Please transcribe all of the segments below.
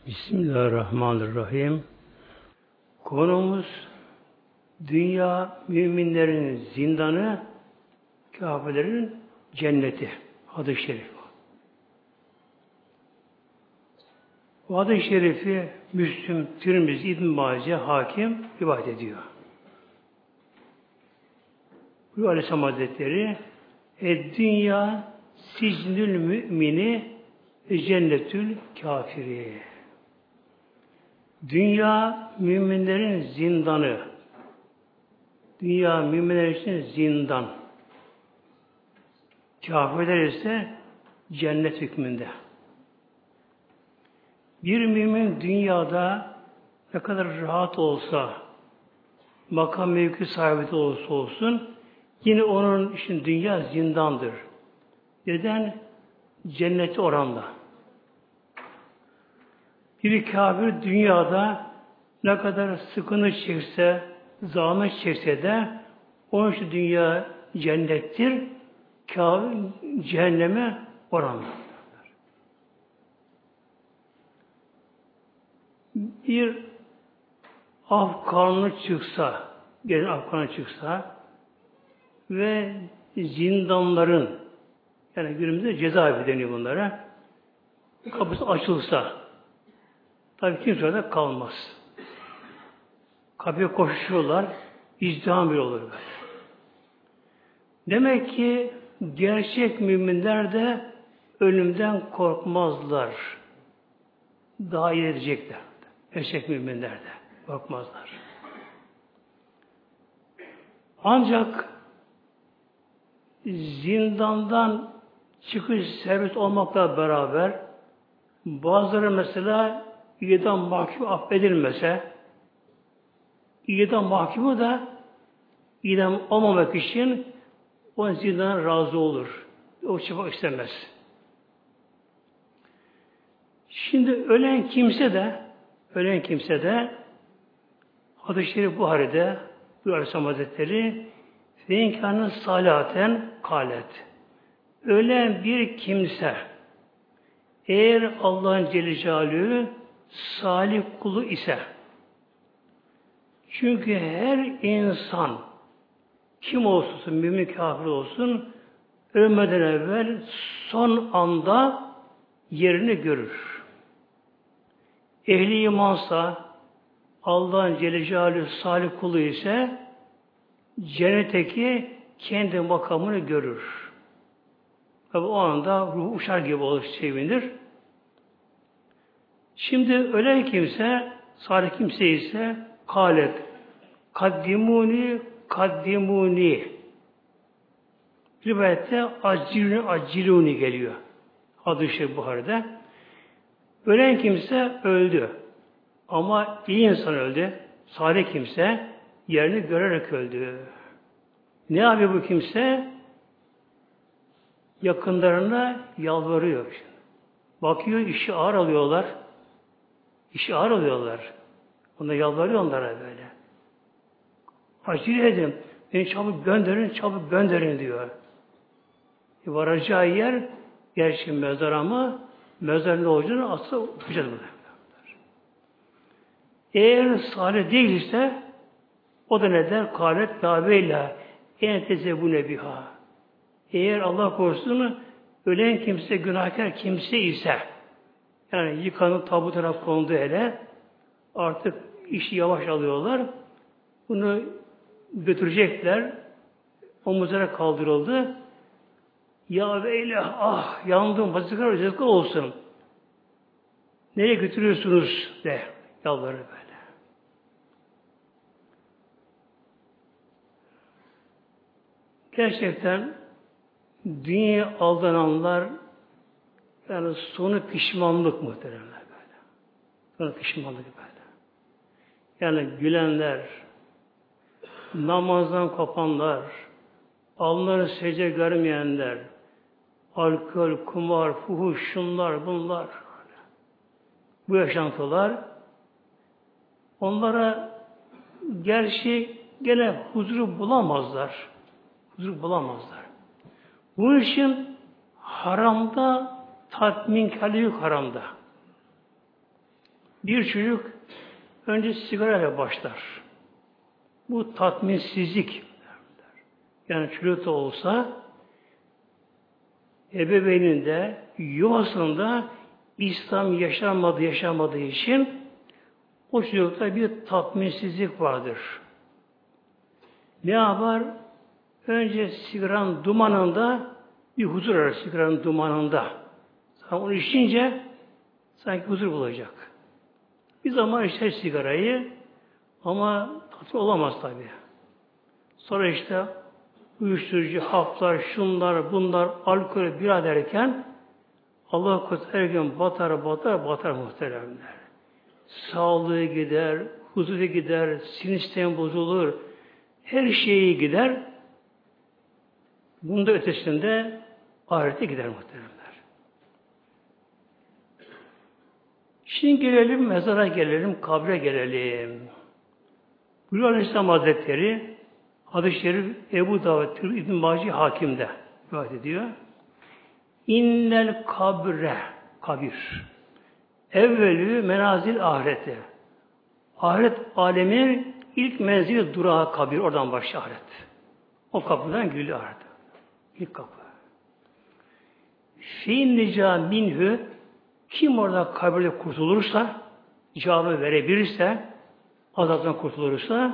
Bismillahirrahmanirrahim. Konumuz dünya müminlerin zindanı, kâfirlerin cenneti. Hadis-i şerif. Bu hadis-i şerifi Müslüm, Tirmizi, İbn Mace, Hakim rivayet ediyor. Bu Aleyhisselam Hazretleri dünya sicnül mümini cennetül kafiri. Dünya müminlerin zindanı. Dünya müminler için zindan. Kafirler ise cennet hükmünde. Bir mümin dünyada ne kadar rahat olsa, makam mevki sahibi olursa olsun, yine onun için dünya zindandır. Neden? Cenneti oranla. Bir kafir dünyada ne kadar sıkıntı çekse, zahmet çekse de onun için dünya cennettir, kafir cehenneme oranla. Bir Afganlı çıksa, gelen Afganlı çıksa ve zindanların, yani günümüzde cezaevi deniyor bunlara, kapısı açılsa, tabii kimse orada kalmaz. Kapıya koşuyorlar, izdiham bir olur böyle. Demek ki gerçek müminler de ölümden korkmazlar. Daha iyi edecekler. Gerçek müminler de korkmazlar. Ancak zindandan çıkış serbest olmakla beraber bazıları mesela idam mahkumu affedilmese, idam mahkumu da idam olmamak için o zindana razı olur. O çıkmak istemez. Şimdi ölen kimse de hadis-i şerif Buhari'de bu Aleyhisselam Hazretleri feinkânın salâten kâlet. Ölen bir kimse eğer Allah'ın Celle Celaluhu salih kulu ise, çünkü her insan kim olsun, mümin kafir olsun, ölmeden evvel son anda yerini görür. Ehli imansa, Allah'ın Celle Celaluhu salih kulu ise cennetteki kendi makamını görür. Tabi o anda ruhu uçar gibi olur, sevinir. Şimdi ölen kimse, salih kimse ise kâlet, kaddimuni. Rivayette aciluni geliyor. Hadis-i Şerif Buhari'de. Ölen kimse öldü. Ama iyi insan öldü. Salih kimse yerini görerek öldü. Ne yapıyor bu kimse? Yakınlarına yalvarıyor. Bakıyor, işi ağır alıyorlar. Ona yalvarıyor onlara böyle. Acele edin. Beni çabuk gönderin diyor. Varacağı yer gerçi mezar ama mezar ne olacağını asla okuyacağız burada. Eğer salih değilse o da ne der? Kâlet dâveyle entezebune biha. Eğer Allah korusun ölen kimse günahkar kimse ise, yani yıkanıp tabutuna kondu hele, artık işi yavaş alıyorlar. Bunu götürecekler. Omuzlara kaldırıldı. Ya veylah, ah yandım, vazıklar olsun. Nereye götürüyorsunuz de yalvarır böyle. Gerçekten dünya aldananlar, yani sonu pişmanlık muhteremler böyle. Sonu pişmanlık böyle. Yani gülenler, namazdan kopanlar, alnları secde görmeyenler, alkol, kumar, fuhuş, şunlar, bunlar. Bu yaşantılar onlara gerçi gene huzuru bulamazlar. Bunun için haramda tatminkarlığı yok haramda. Bir çocuk önce sigarayla başlar. Bu tatminsizlik. Yani çocuk da olsa ebeveynin de yuvasında İslam yaşamadığı için o çocukta bir tatminsizlik vardır. Ne yapar? Önce sigaranın dumanında bir huzur arar sigaranın dumanında. Sonra onu içince sanki huzur bulacak. Bir zaman içer sigarayı ama tatmin olamaz tabi. Sonra işte uyuşturucu, haplar, şunlar, bunlar, alkol, bira derken Allah korusun her gün batar muhteremler. Sağlığı gider, huzuru gider, sinir sistemi bozulur, her şeyi gider. Bunda ötesinde ahirete gider muhteremler. Şimdi gelelim mezara gelelim, kabre gelelim. Buyuruyor Aleyhisselam Hazretleri hadis-i şerif Ebu Davud İbn Maci Hakim'de rivayet ediyor. İnnel kabre kabir. Evvelü menazil ahirete. Ahiret aleminin ilk menzili durağı kabir. Oradan başlıyor ahiret. O kapıdan giriyor ahiret. İlk kapı. Fin nica minhü kim orada kabirde kurtulursa, cevabı verebilirse, azaptan kurtulursa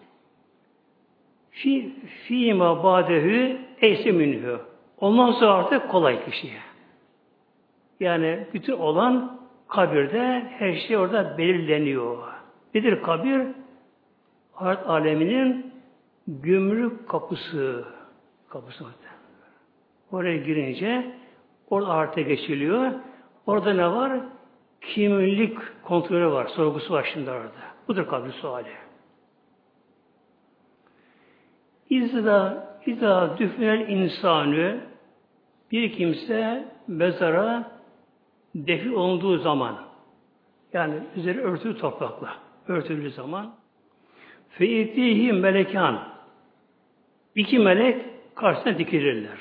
fîmâ bâdehü eyse minhü. Ondan sonra artık kolay kişiye. Yani bütün olan kabirde her şey orada belirleniyor. Nedir kabir? Ahiret aleminin gümrük kapısı. Kapısı. Oraya girince orada ahirete geçiliyor. Orada ne var? Kimlik kontrolü var. Sorgusu var şimdi orada. Budur kabir suali. İzâ düfnel insanı bir kimse mezara defin olduğu zaman yani üzeri örtülü toprakla örtülü zaman feyetihi melekan iki melek karşısına dikilirler.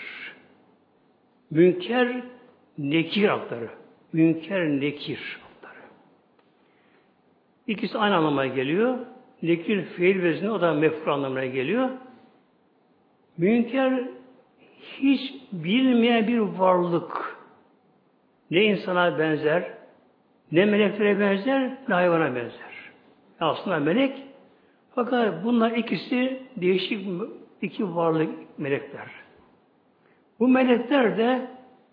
Münker nekir adları. Münker nekir adları. İkisi aynı anlamına geliyor. Nekir fiil vezini o da mef'ul anlamına geliyor. Münker hiç bilmeyen bir varlık. Ne insana benzer, ne meleklere benzer, ne hayvana benzer. Aslında melek, fakat bunlar ikisi değişik iki varlık melekler. Bu melekler de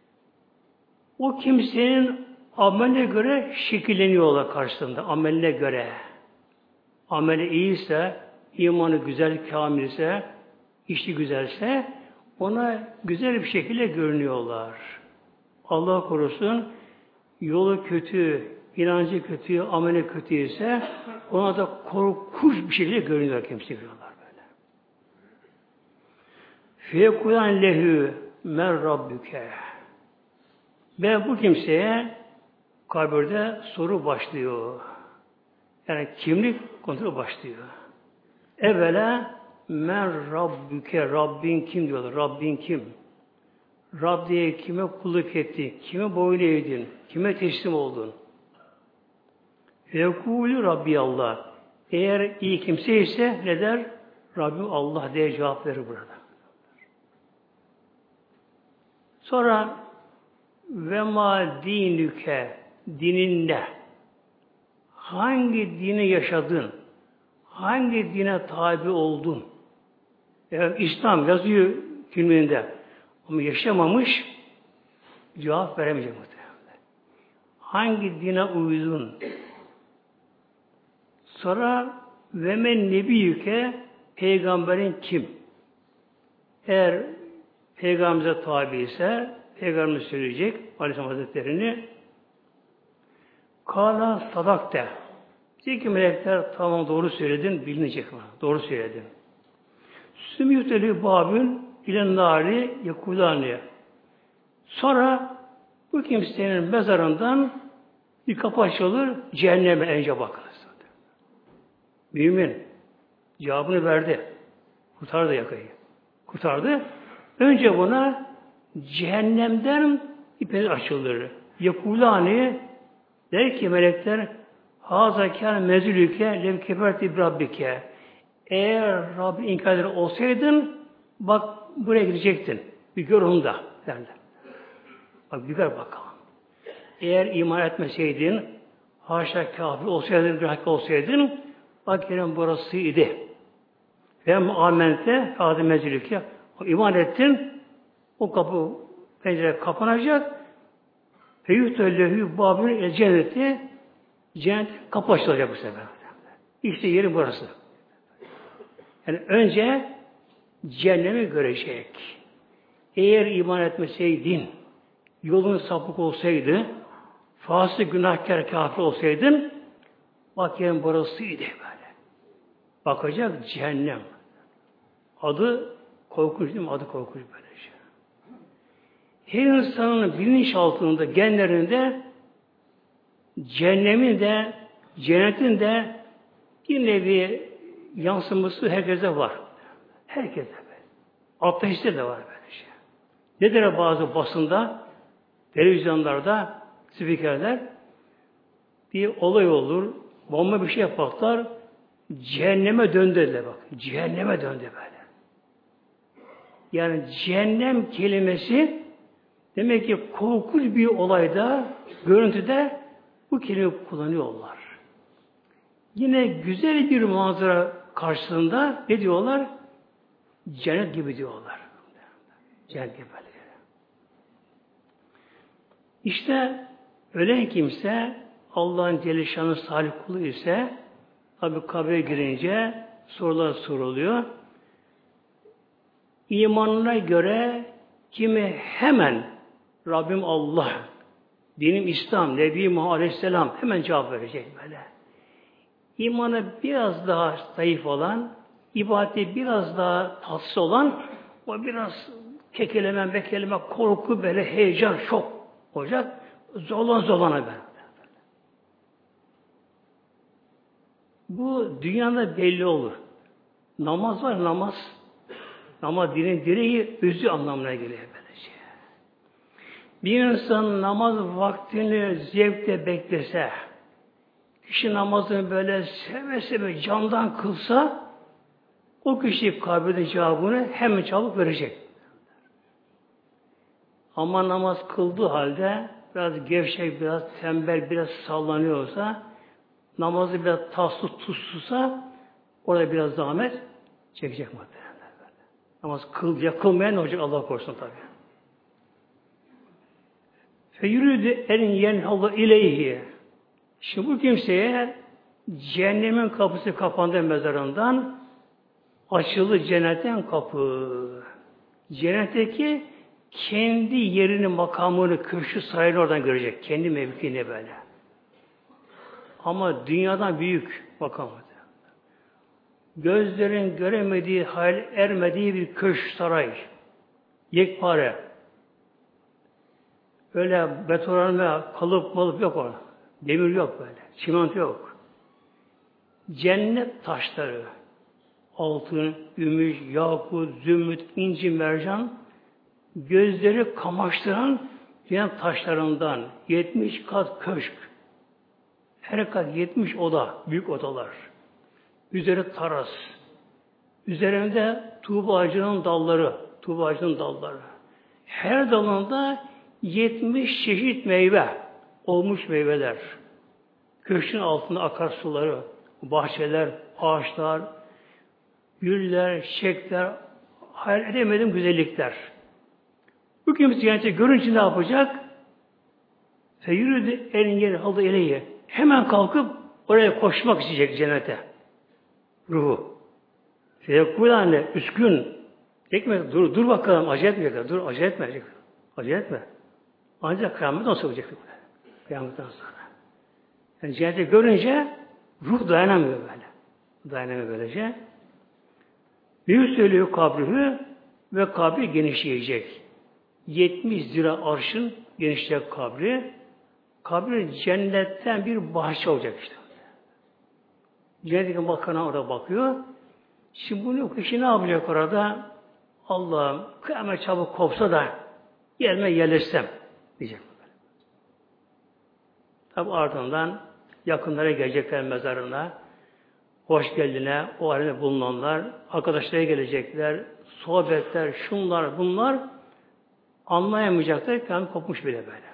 o kimsenin ameline göre şekilleniyorlar karşısında, ameline göre. Ameli iyiyse, imanı güzel, kamil ise, işi güzelse, ona güzel bir şekilde görünüyorlar. Allah korusun, yolu kötü, inancı kötü, ameli kötü ise ona da korkunç bir şekilde görünüyor kimse görüyorlar böyle. Fiyekulan lehü men rabbüke. Ve bu kimseye kabirde soru başlıyor. Yani kimlik kontrolü başlıyor. Evvela men rabbüke, Rabbin kim diyorlar. Rabbin kim? Rab diye kime kulluk ettin? Kime boyun eğdin? Kime teslim oldun? Fekûlü Rabbi Allah. Eğer iyi kimse ise ne der? Rabbim Allah diye cevap verir burada. Sonra ve ma dinüke dinin ne? Hangi dini yaşadın? Hangi dine tabi oldun? Yani İslam yazıyor filminde. Ama yaşamamış cevap veremeyecek muhtemelen. Hangi dine uydun? Sonra ve men nebiyüke peygamberin kim? Eğer peygamberimize tabi ise peygamberimiz söyleyecek Aleyhisselam Hazretleri'ni kâlâ sadakte. Diyecek ki melekler tamam doğru söyledin, bilinecek mi? Doğru söyledin. Sümyüteli babün ile nâri yekulâniye. Sonra bu kimsenin mezarından bir kapı açılır, cehenneme önce bakılır. Mümin cevabını verdi. Kurtardı yakayı. Kurtardı. Önce buna cehennemden ipleri açılır. Yekulâni der ki melekler Hâzâ kâne mezülüke lev keferti Rabbike. Eğer Rabbi inkar olsaydın, bak buraya gidecektin. Bir gör onu da derler. Bak bir gör bakalım. Eğer iman etmeseydin, haşa kafir olsaydın, günahkar olsaydın, bak yerin burasıydı. Ve amente hâzâ mezülüke. İman ettin, o kapı, pencere kapanacak. Feyühtellehü babül cenneti, cennet kapı açılacak bu sefer. İşte yeri burası. Yani önce cehennemi görecek. Eğer iman etmeseydin, yolun sapık olsaydı, fasık, günahkar, kafir olsaydın, bak yerin burasıydı böyle. Bakacak cehennem. Adı korkunç değil mi? Adı korkunç böyle şey. Her insanın bilinçaltında, genlerinde cehennemin de, cennetin de bir nevi yansıması herkese var. Herkese böyle. Ateşte de var böyle şey. Nedir bazı basında, televizyonlarda, spikerler bir olay olur, bomba bir şey yaparlar, cehenneme döndüler bak. Cehenneme döndü böyle. Yani cehennem kelimesi demek ki korkunç bir olayda, görüntüde bu kelimeyi kullanıyorlar. Yine güzel bir manzara karşısında ne diyorlar? Cennet gibi diyorlar. Cennet gibi böyle. İşte ölen kimse Allah'ın Celle Şanı salih kulu ise tabi kabre girince sorular soruluyor. İmanına göre kimi hemen Rabbim Allah, dinim İslam, Nebi Muhammed Aleyhisselam hemen cevap verecek böyle. İmanı biraz daha zayıf olan, ibadeti biraz daha tatsız olan, o biraz kekeleme, bekeleme, korku, böyle heyecan, şok olacak. Zorlana böyle. Bu dünyada belli olur. Namaz var, namaz. Namaz dinin direği, özü anlamına geliyor böylece. Bir insan namaz vaktini zevkle beklese, kişi namazını böyle seve seve candan kılsa, o kişi kabirde cevabını hemen çabuk verecek. Ama namaz kıldığı halde biraz gevşek, biraz tembel, biraz sallanıyorsa, namazı biraz tatsız tuzsuzsa, orada biraz zahmet çekecek muhtemelen. Namaz kılmayan ne olacak Allah korusun tabi. Feyürüdü erin yenhallahu ileyhi. Şimdi bu kimseye cehennemin kapısı kapandı mezarından, açıldı cennetten kapı. Cennetteki kendi yerini, makamını, köşkü, sarayını oradan görecek. Kendi mevkiini böyle. Ama dünyadan büyük makamı. Gözlerin göremediği, hayal ermediği bir köşk, saray. Yekpare. Öyle betonarme, kalıp malıp yok orada. Demir yok böyle. Çimento yok. Cennet taşları. Altın, gümüş, yakut, zümrüt, inci, mercan. Gözleri kamaştıran cennet taşlarından 70 kat köşk. Her kat 70 oda. Büyük odalar. Üzeri taras. Üzerinde tuğba ağacının dalları. Tuğba ağacının dalları. Her dalında 70 çeşit meyve. Olmuş meyveler. Köşkün altında akarsuları, bahçeler, ağaçlar, güller, çiçekler, hayal edemediğim güzellikler. Bu kimse cenneti görünce ne yapacak? Feyürüdü elin yeri aldı eleyi. Hemen kalkıp oraya koşmak isteyecek cennete. Ruhu. Feyekkûl anne, üskün. Çekme, dur bakalım, acele etmeyecekler. Dur, acele etmeyecek. Acele etme. Ancak kıyamet nasıl olacak? Kıyametten sonra. Yani cenneti görünce ruh dayanamıyor böyle. Dayanamıyor böylece. Bir söylüyor kabrihü ve kabri genişleyecek. 70 zira arşın genişleyecek kabri. Kabri cennetten bir bahçe olacak işte. Cennetteki bakana orada bakıyor. Şimdi bunu kişi ne yapacak orada? Allah'ım kıyamet çabuk kopsa da yerime yerleşsem diyecek. Tabi ardından Yakınlara gelecekler mezarına. Hoş geldine, o alemde bulunanlar, arkadaşlara gelecekler, sohbetler, şunlar, bunlar anlayamayacaklar. Kıyamet kopmuş bile böyle.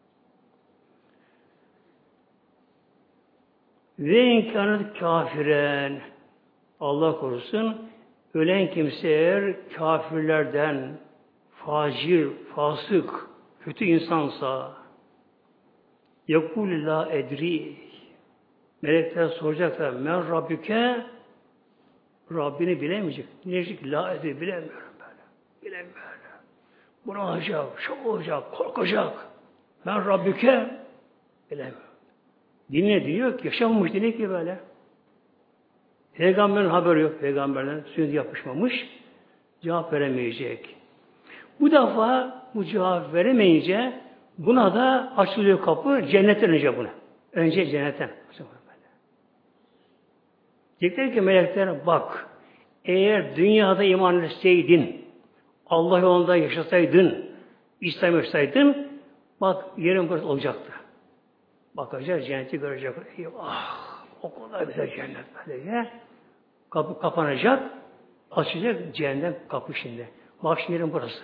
Ve imkanı kafiren, Allah korusun, ölen kimse eğer kafirlerden, facir, fasık, kötü insansa, يَقُولِ لَا edri. Melekler soracaklar, men Rabbüke, Rabbini bilemeyecek. Diyecek ki, la edri, bilemiyorum böyle. Bilemiyorum. Bunu olacak, şu olacak, korkacak. Ben Rabbüke, bilemiyorum. Dinle diyor ki, yaşamamış dinle ki böyle. Peygamberin haberi yok, peygamberden sünnet yapışmamış, cevap veremeyecek. Bu defa bu cevap veremeyince buna da açılıyor kapı, cennetten önce buna. Önce cennetten. Diyecekler ki melekler bak, eğer dünyada iman etseydin, Allah yolunda yaşasaydın, İslam yaşasaydın, bak yerin burası olacaktı. Bakacak, cenneti görecek. Ah, o kadar güzel cennet böylece. Kapı kapanacak, açacak cehennem kapı şimdi. Bak şimdi yerin burası.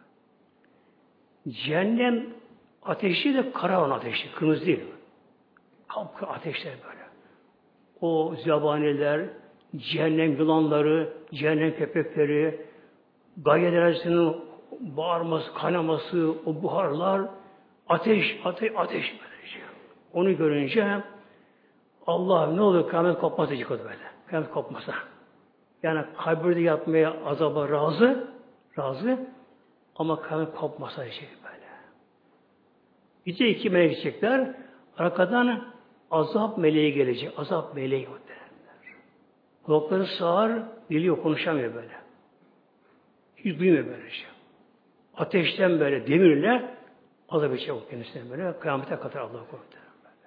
Cehennem ateşi de karavan ateşi, kırmızı değil. Kapı ateşler böyle. O zebaniler, cehennem yılanları, cehennem köpekleri, Gayet enerjisinin bağırması, kaynaması, o buharlar, ateş böylece. Onu görünce Allah ne olur kıyamet kopmaz diyecek o böyle. Kıyamet kopmasa. Yani kabirde yatmaya azaba razı ama kıyamet kopmasa diyecek böyle. İşte iki melek gidecekler. Arkadan azap meleği gelecek. Azap meleği muhtemelenler. Kulakları sağır, dili konuşamıyor böyle. Hiç duymuyor böyle şey. Ateşten böyle demirle azap edecek o kendisine böyle. Kıyamete kadar Allah'a koruyor.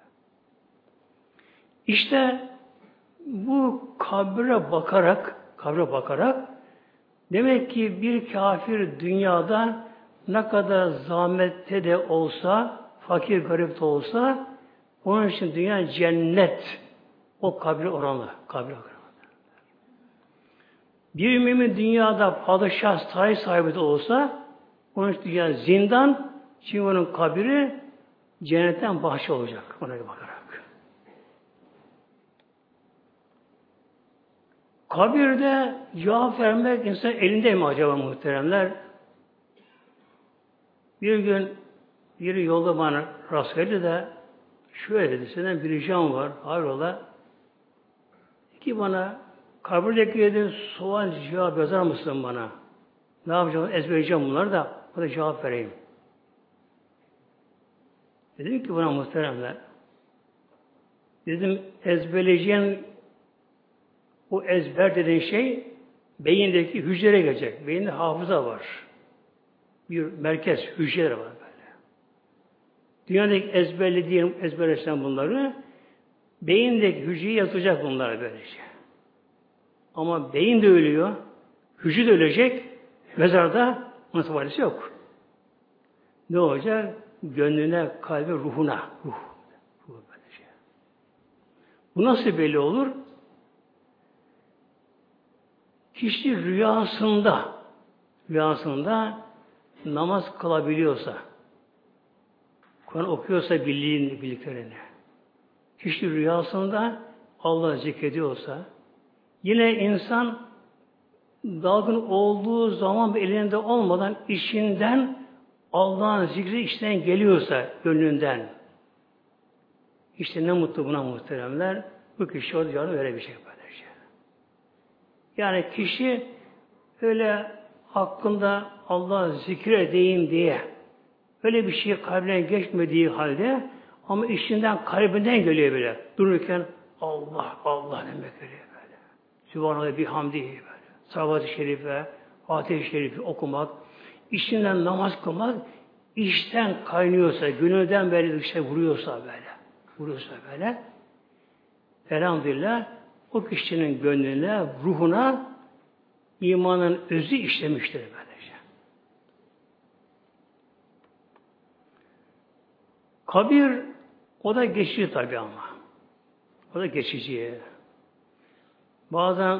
İşte bu kabre bakarak demek ki bir kafir dünyada ne kadar zahmette de olsa, fakir garip de olsa onun için dünya cennet o kabri oranlı. Bir mümin dünyada padişah sahibi de olsa onun için dünya zindan, çünkü onun kabri cennetten bahçe olacak ona bakarak. Kabirde cevap vermek insan elinde mi acaba muhteremler? Bir gün biri yolda bana rast geldi de şöyle dedi, senden bir ricam var, hayrola? Ki bana kabirdeki dedi, sual cevap yazar mısın bana? Ne yapacağım? Ezberleyeceğim bunları da o da cevap vereyim. Dedim ki buna muhteremler, dedim ezberleyeceğin o ezber dediğin şey beyindeki hücrelere gelecek. Beyinde hafıza var. Bir merkez, hücreler var böyle. Dünyadaki ezberlesen bunları beyindeki hücreye yazacak bunlar böylece. Ama beyin de ölüyor, hücre de ölecek, mezarda onun faydası yok. Ne olacak? Gönlüne, kalbe, ruhuna. Ruh böylece. Bu nasıl belli olur? Kişi rüyasında namaz kılabiliyorsa, Kur'an okuyorsa bildiklerini, kişi rüyasında Allah zikrediyorsa, yine insan dalgın olduğu zaman elinde olmadan içinden Allah'ın zikri içten geliyorsa gönlünden, işte ne mutlu buna muhteremler, bu kişi orada yardım verebilecek böylece. Yani kişi öyle hakkında Allah zikredeyim diye öyle bir şey kalbinden geçmediği halde ama içinden kalbinden geliyor böyle. Dururken Allah demek geliyor böyle. Sübhanallah bihamdihi böyle. Salavat-ı şerife, Fatih-i şerifi okumak, içinden namaz kılmak, içten kaynıyorsa, gönülden böyle bir şey vuruyorsa böyle. Elhamdülillah o kişinin gönlüne, ruhuna imanın özü işlemiştir böylece. Kabir o da geçici tabi ama. O da geçici. Bazen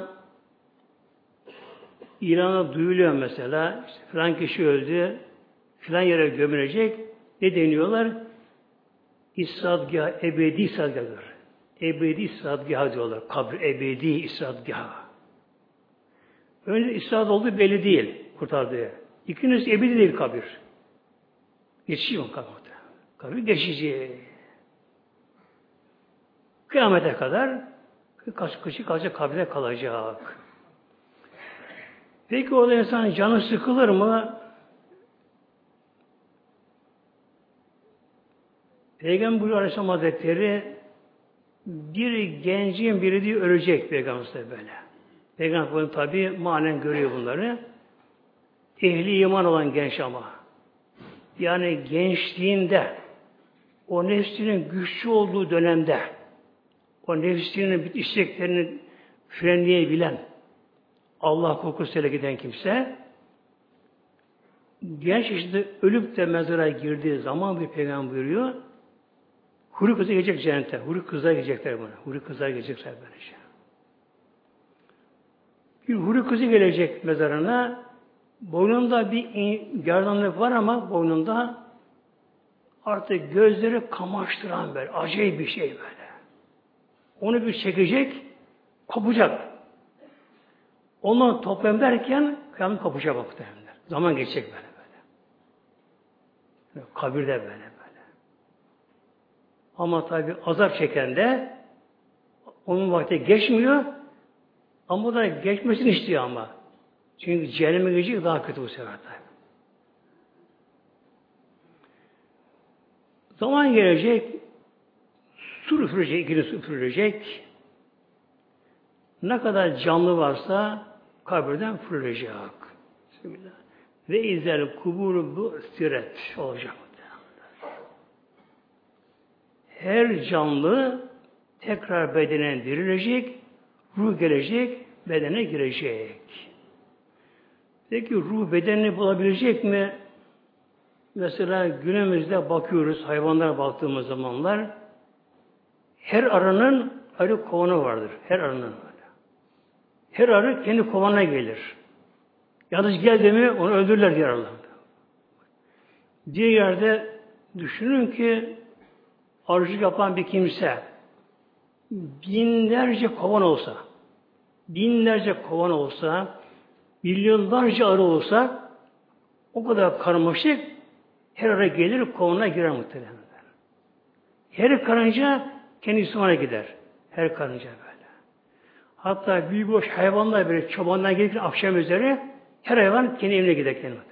İran'a duyuluyor mesela, işte filan kişi öldü, filan yere gömülecek. Ne deniyorlar? İstirahatgah, ebedi istirahatgahdır. Ebedi istirahatgah diyorlar. Kabr, ebedi istirahatgah. Önce istirahat olduğu belli değil kurtardığı. İkincisi ebedi değil kabir. Geçici mi kabir? Kabir geçici. Kıyamete kadar kişi kalacak, kabirde kalacak. Peki orada insan canı sıkılır mı? Peygamber buyuruyor Aleyhisselam Hazretleri, bir gencin biri diye ölecek Peygamber böyle. Peygamber tabi manen görüyor bunları. Ehli iman olan genç ama. Yani gençliğinde, o nefsinin güçlü olduğu dönemde, o nefsinin isteklerini frenleyebilen, Allah korkusuyla giden kimse, genç yaşında ölüp de mezara girdiği zaman bir peygamber buyuruyor, huri kızı gelecek cennete, huri kızlar gelecekler buna, huri kızlar gelecekler böylece. Bir huri kızı gelecek mezarına, boynunda bir gerdanlık var ama boynunda artık gözleri kamaştıran böyle, acayip bir şey böyle. Onu bir çekecek, kopacak. Ondan toplayayım derken kıyamet kopacak muhtemelen. Zaman geçecek böyle. Kabirde böyle. Ama tabi azap çeken de onun vakti geçmiyor ama da geçmesini istiyor ama. Çünkü cehenneme gidecek daha kötü bu sefer tabi. Zaman gelecek, su üfürecek, ikili su üfürecek. Ne kadar canlı varsa kabirden fırlayacak. Bismillah. Ve izel kuburu bu siret olacak. Her canlı tekrar bedene dirilecek, ruh gelecek, bedene girecek. Peki ruh bedenini bulabilecek mi? Mesela günümüzde bakıyoruz, hayvanlara baktığımız zamanlar, her arının ayrı kovanı vardır. Her arının. Her arı kendi kovanına gelir. Yalnız geldi mi onu öldürürler diğer arılarda. Diğer yerde düşünün ki arıcılık yapan bir kimse binlerce kovan olsa, milyonlarca arı olsa o kadar karmaşık her arı gelir kovanına girer muhtemelen. Her karınca kendi üstüne gider. Her karınca böyle. Hatta büyükbaş hayvanlar böyle çobandan gelirken akşam üzeri her hayvan kendi evine gider kendine.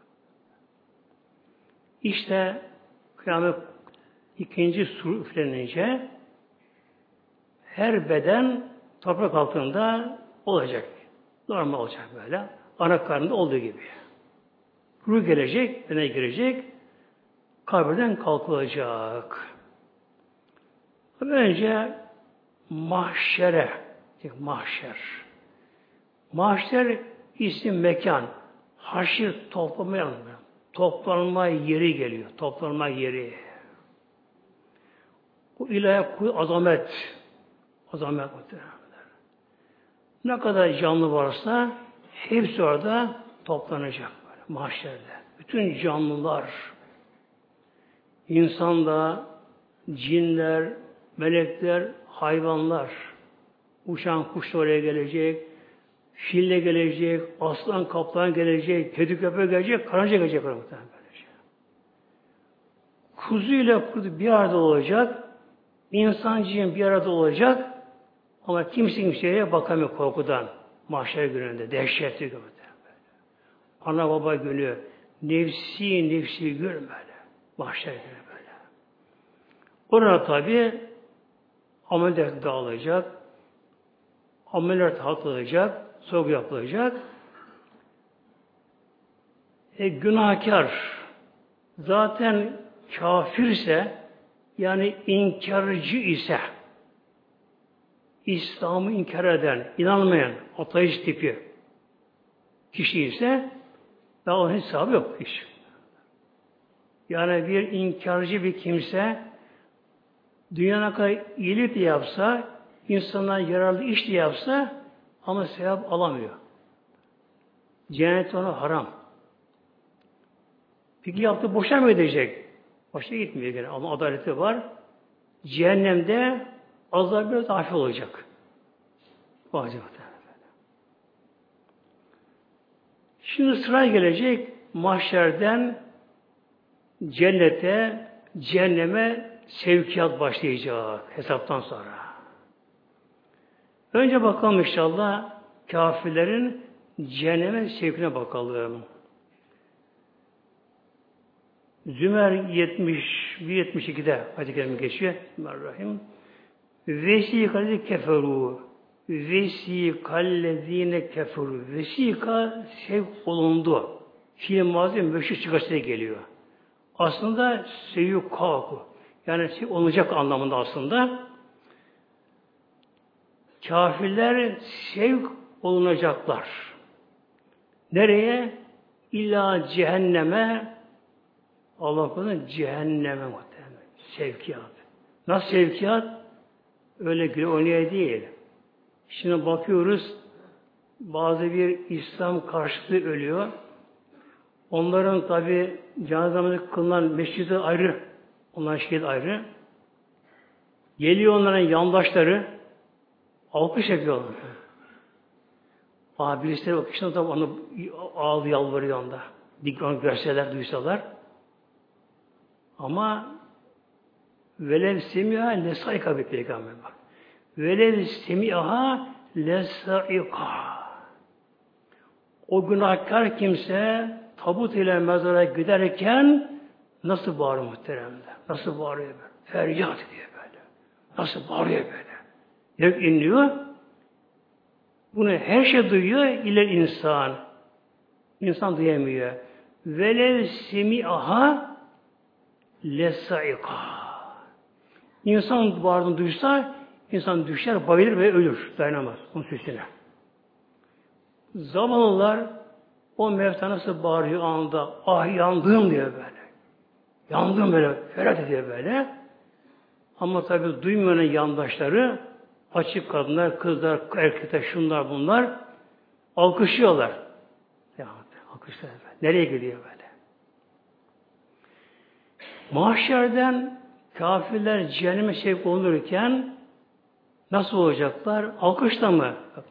İşte kıyamet ikinci sur üflenince her beden toprak altında olacak. Normal olacak böyle. Ana karnında olduğu gibi. Ruh gelecek, bedene girecek, kabirden kalkılacak. Önce mahşere, mahşer. Mahşer isim mekan. Haşir toplanma yeri geliyor. Toplanma yeri. Bu ilahi kuyu azamet. Azamet muhtemelen. Ne kadar canlı varsa hepsi orada toplanacak. Böyle, mahşerde. Bütün canlılar, insan cinler, melekler, hayvanlar, uçan kuş da oraya gelecek, fille gelecek, aslan kaplan gelecek, kedi köpek gelecek, karınca gelecek oraya muhtemelen böylece. Kuzu ile kurdu bir arada olacak, insancığın bir arada olacak ama kimseye bakamıyor korkudan. Mahşer gününde, dehşetli gününde. Ana baba günü, nefsi gün böyle. Mahşer günü böyle. Orada tabi ameller dağılacak, ameller tartılacak, sorgu yapılacak. Günahkar zaten kafirse yani inkarcı ise İslam'ı inkar eden, inanmayan, ateist tipi kişi ise daha onun hesabı yok hiç. Yani bir inkarcı bir kimse dünyana kadar iyilik de yapsa, insana yararlı iş de yapsa ama sevap alamıyor. Cennet ona haram. Peki yaptığı boşa mı edecek? Boşa gitmiyor gene ama adaleti var. Cehennemde azap biraz hafif olacak. Bu acaba. Şimdi sıra gelecek mahşerden cennete, cehenneme sevkiyat başlayacak hesaptan sonra. Önce bakalım inşallah kafirlerin cehenneme sevkine bakalım. Zümer 70-72'de ayet-i kerime geçiyor. Bismillahirrahmanirrahim. Vesikallezi keferu. Vesikallezine keferu. Vesika sevk olundu. Fiil mazi meşhur çıkartıya geliyor. Aslında seyyukaku. Yani olacak anlamında aslında. Kafirler sevk olunacaklar. Nereye? İlla cehenneme, Allah korusun cehenneme muhtemelen. Sevkiyat. Nasıl sevkiyat? Öyle güle oynaya değil. Şimdi bakıyoruz, bazı bir İslam karşıtı ölüyor. Onların tabi cenazemizi kılınan mescidi ayrı. Onların şehit ayrı. Geliyor onların yandaşları, alkış yapıyorlar. Birisi bakışında tabi onu ağlı yalvarıyor onda. Dikkat görseler, duysalar. Ama velev semiha lesaika bir peygamber bak. Velev semiha lesaika. O günahkar kimse tabut ile mezara giderken nasıl bağırıyor muhteremler? Nasıl bağırıyor böyle? Feryat ediyor böyle. Nasıl bağırıyor böyle? Yok inliyor. Bunu her şey duyuyor iler insan. İnsan duyamıyor. Velev semiha lesaika. İnsan bağırdığını duysa insan düşer, bayılır ve ölür. Dayanamaz onun sesine. Zamanlılar o mevta nasıl bağırıyor anında ah yandım diyor böyle. Yandım böyle. Ferhat ediyor böyle. Ama tabi duymayan yandaşları açık kadınlar, kızlar, erkekler, şunlar bunlar alkışlıyorlar. Ya, alkışlıyorlar. Nereye gidiyor böyle? Mahşerden kafirler cehenneme sevk olunurken nasıl olacaklar? Alkışla mı?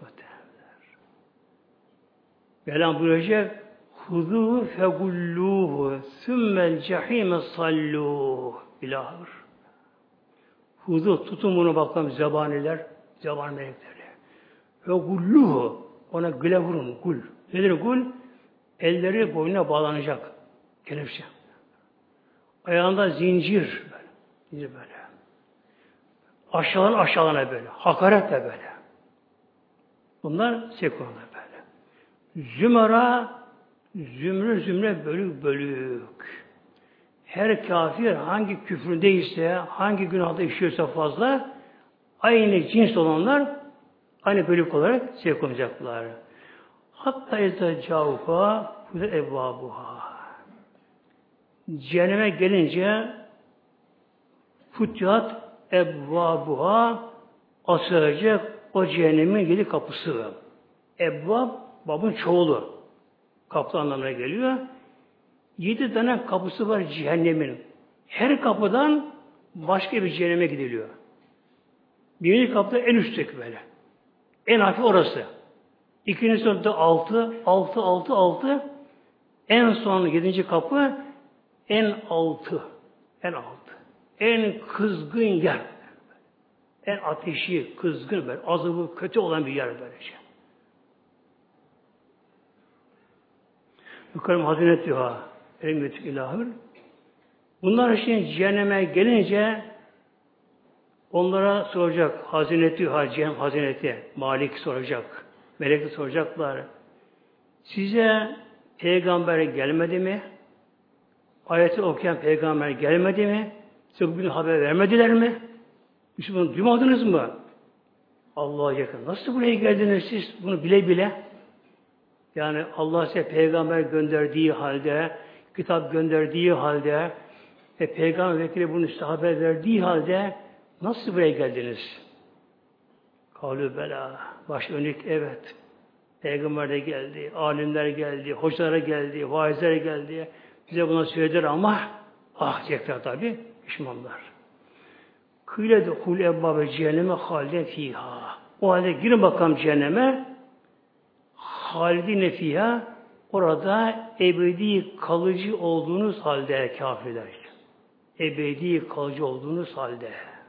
Mevlam buyuracak Hudu fegulluhu sümmel cehime salluhu bilahır. Hudu tutun bunu bakalım zebaniler, zeban melekleri. Fegulluhu ona güle vurun, gul. Nedir gul? Elleri boynuna bağlanacak. Kelepçe. Ayağında zincir böyle. Zincir böyle. Aşağılana böyle. Hakaretle böyle. Bunlar sekonular böyle. Zümera zümre bölük bölük. Her kafir hangi küfründeyse, hangi günahda işiyorsa fazla aynı cins olanlar aynı bölük olarak sekonacaklar. Hatta izâ câuhâ fûzet evvâbuhâ. Cehenneme gelince Füttihat ebvabuha açılacak o cehennemin 7 kapısı. Ebvab, babın çoğulu. Kapı anlamına geliyor. 7 tane kapısı var cehennemin. Her kapıdan başka bir cehenneme gidiliyor. Birinci kapıda en üstteki böyle. En hafif orası. İkinci kapıda 6. En son 7. kapı en altı. En altı. En kızgın yer. En ateşi, kızgın, böyle, azabı kötü olan bir yer böylece. Yukarı Hazreti Yuha, Elimdeki ilahır. Bunlar şimdi cehenneme gelince onlara soracak Hazreti Yuha, cehennem Hazreti Malik soracak. Melekler soracaklar. Size peygamber gelmedi mi? Ayeti okuyan peygamber gelmedi mi? Size bugün haber vermediler mi? Siz bunu duymadınız mı? Allah'a yakın. Nasıl buraya geldiniz siz bunu bile bile? Yani Allah size peygamber gönderdiği halde, kitap gönderdiği halde, peygamber vekili bunu size haber verdiği halde nasıl buraya geldiniz? Kavlu bela. Baş önlük evet. Peygamber de geldi, alimler geldi, hocalara geldi, vaizler geldi. Bize buna söylediler ama diyecekler tabi, pişmanlar. Kıyle de hul ebbâbe cehenneme halde fîhâ. O halde girin bakalım cehenneme, halidine fîhâ, orada ebedi kalıcı olduğunuz halde kafirler. Ebedi kalıcı olduğunuz halde.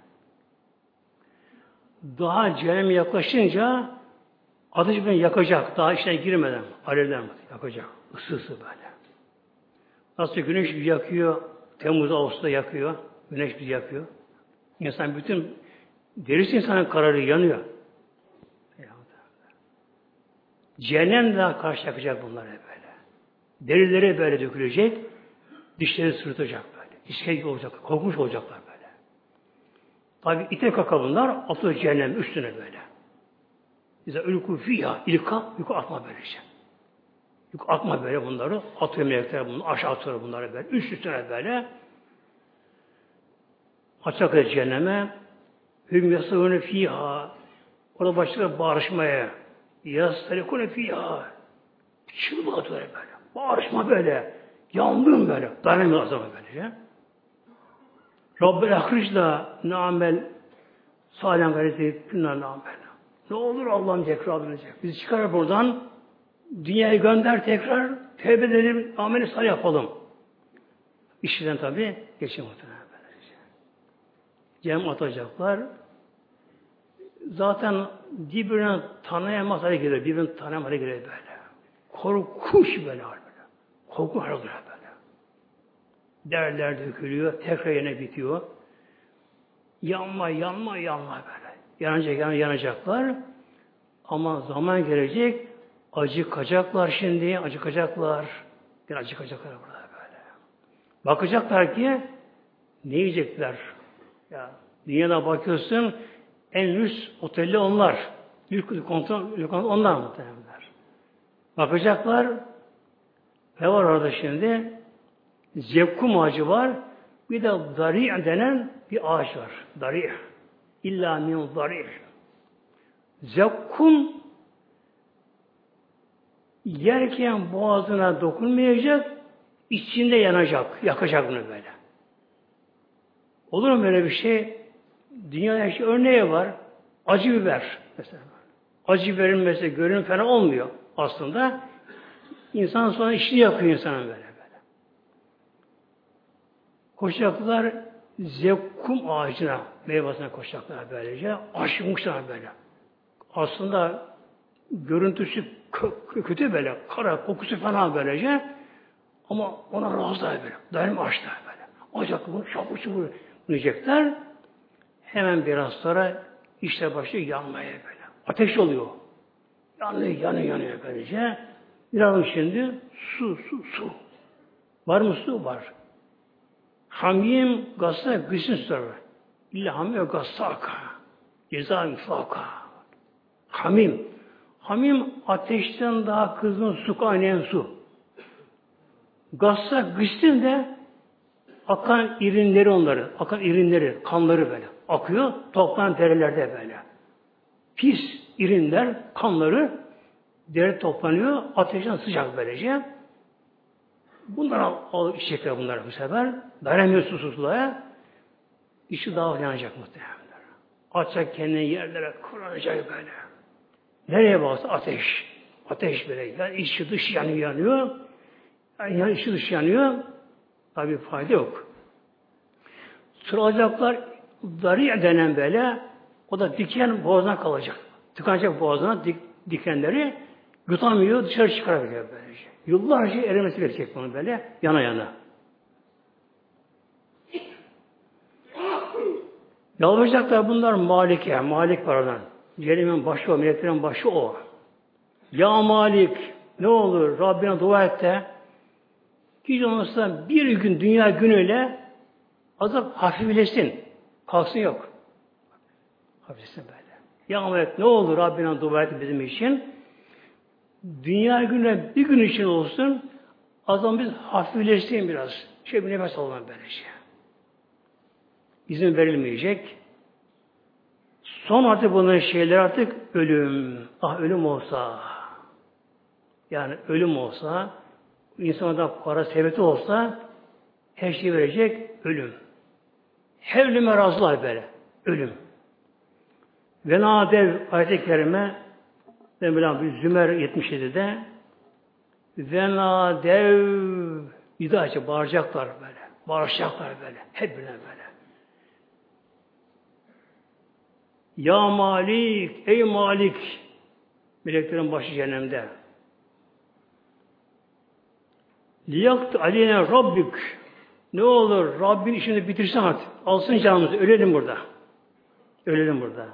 Daha cehenneme yaklaşınca ateş beni yakacak. Daha içine girmeden. Alevler yakacak. Isı böyle. Nasıl güneş bizi yakıyor. Temmuz, Ağustos'ta yakıyor. Güneş bizi yakıyor. İnsan bütün derisi insanın kararı yanıyor. Cehennem daha karşı yakacak bunlara böyle. Derileri böyle dökülecek. Dişleri sırıtacak böyle. İşkence olacak. Korkmuş olacaklar böyle. Tabi ite kaka bunlar. Atıyor cehennem üstüne böyle. Bize ülkü fiyah, ilka, yükü atma böylece. Yükü atma böyle bunları, atıyor melekler bunu, aşağı atıyor bunları böyle, üst üstüne böyle. Açacak cehenneme, hüm yasavune fiyha, orada başlıyor bağırışmaya, yastarikune fiyha, çığlık atıyor böyle, bağırışma böyle, yandım böyle, dayanamıyor o zaman böylece. Rabbel ahricna na'mel salen gayreti künna na'mel. Ne olur Allah'ım tekrar dönecek. Bizi çıkar buradan, dünyaya gönder tekrar, tevbe edelim, ameli salih yapalım. İşten tabi geçim muhtemelen. Cem atacaklar. Zaten birbirine tanıyamaz hale gelir. Birbirini tanıyamaz hale gelir böyle. Korkunç böyle. Korkunç hale gelir böyle. Derler dökülüyor, tekrar yine bitiyor. Yanma böyle. Yanacaklar. Ama zaman gelecek, acıkacaklar şimdi, acıkacaklar. Yine acıkacaklar burada böyle. Bakacaklar ki, ne yiyecekler? Ya, dünyada bakıyorsun, en lüks otelde onlar. Lüks kontrol onlar muhtemelen. Bakacaklar, ne var orada şimdi? Zevkum ağacı var, bir de dari' denen bir ağaç var. Dari'. İlla min dari'. Zekkum yerken boğazına dokunmayacak, içinde yanacak, yakacak bunu böyle. Olur mu böyle bir şey? Dünyada işte örneği var. Acı biber mesela. Acı biberin mesela görünüm fena olmuyor aslında. İnsan sonra işini yakıyor insanın böyle. Koşacaklar zekkum ağacına, meyvasına koşacaklar böylece. Aşmışlar böyle. Aslında görüntüsü kötü böyle. Kara, kokusu falan böylece. Ama ona razılar böyle. Dayanım açtılar böyle. Acaba bunu çabuk yiyecekler. Hemen biraz sonra işte başlıyor yanmaya böyle. Ateş oluyor. Yanıyor böylece. Biraz şimdi su. Var mı su? Var. Hamim gazsa gülsün sonra. İlla hamim gassaka. Ceza infaka. Hamim ateşten daha kızgın su, kaynayan su. Gazsa gülsün de akan irinleri onları. Akan irinleri, kanları böyle. Akıyor, toplanan derelerde böyle. Pis irinler, kanları deri toplanıyor, ateşten sıcak böylece. Bunlar alıp içecekler bunlar bu sefer. Dayanamıyor susuzluğa. İçi daha yanacak muhtemelen. Açacak kendini yerlere kurulacak böyle. Nereye baksa ateş. Ateş böyle. Yani içi dışı yanıyor. Yani içi dışı yanıyor. Tabi fayda yok. Sıralacaklar dari denen böyle. O da diken boğazına kalacak. Tıkanacak boğazına dikenleri yutamıyor, dışarı çıkarabiliyor böylece. Yıllarca erimesi gerekecek bunu böyle, yana. Yalvaracaklar bunlar Malik'e, Malik var oradan. Cehennemin başı o, meleklerin başı o. Ya Malik, ne olur Rabbine dua et de, hiç olmazsa bir gün, dünya günüyle azap hafiflesin. Kalksın yok. Hafiflesin böyle. Ya Malik, ne olur Rabbine dua et bizim için. Dünya günü bir gün için olsun, azam biz hafifleşsin biraz. Bir nefes alalım böylece. İzin verilmeyecek. Son artık bunların şeyleri artık ölüm. Ah ölüm olsa. Yani ölüm olsa, insana para sevmeti olsa her şeyi verecek ölüm. Her ölüme razılar böyle. Ölüm. Ve nadev ayet-i kerime Zümer 77'de ve nadev nida açıp bağıracaklar böyle. Bağıracaklar böyle. Hep böyle. Ya Malik, ey Malik, meleklerin başı cehennemde. Liyakt aleyne Rabbük. Ne olur Rabbin işini bitirsin artık. Alsın canımızı. Ölelim burada. Ölelim burada.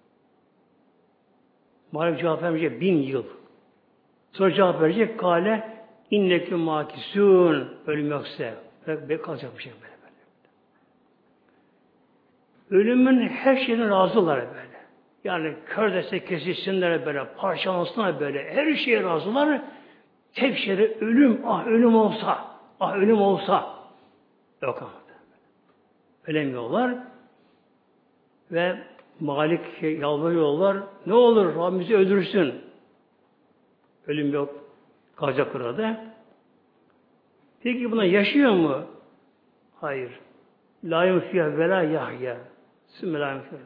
Malik cevap vermeyecek 1000 yıl. Sonra cevap verecek kale inneküm makisûn. Ölüm yoksa. Kalacak bir şey böyle. Ölümün her şeyine razılar böyle. Yani kör dese kesilsinler böyle, parçalansınlar böyle. Her şeye razılar. Tek şeyde ölüm, ah ölüm olsa, ah ölüm olsa. Yok ama. Ölemiyorlar. Ve Malik yalvarıyorlar. Ne olur Rabbimizi öldürsün. Ölüm yok. Kalacak orada. Peki buna yaşıyor mu? Hayır. La yunfiyah ve la yahya. Sümme la yunfiyah.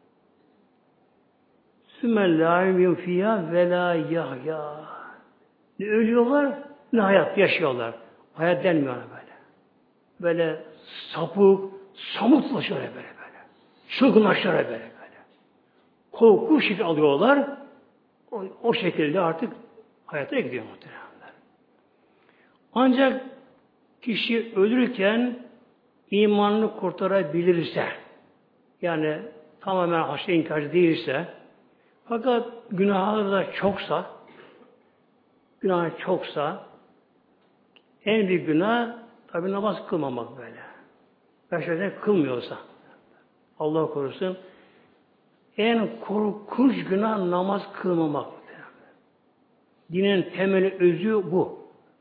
Sümme la yunfiyah ve la yahya. Ne ölüyorlar, ne hayat yaşıyorlar. Hayat denmiyor böyle. Böyle sapık, samutlaşıyor böyle. Çılgınlaşıyor böyle. Korku şekli alıyorlar. O şekilde artık hayata gidiyor muhtemelen. Ancak kişi ölürken imanını kurtarabilirse, yani tamamen haşa inkarcı değilse, fakat günahları da çoksa, en büyük günah tabi namaz kılmamak böyle. Gerçekten kılmıyorsa, Allah korusun, en korkunç günah namaz kılmamak. Dinin temeli, özü bu.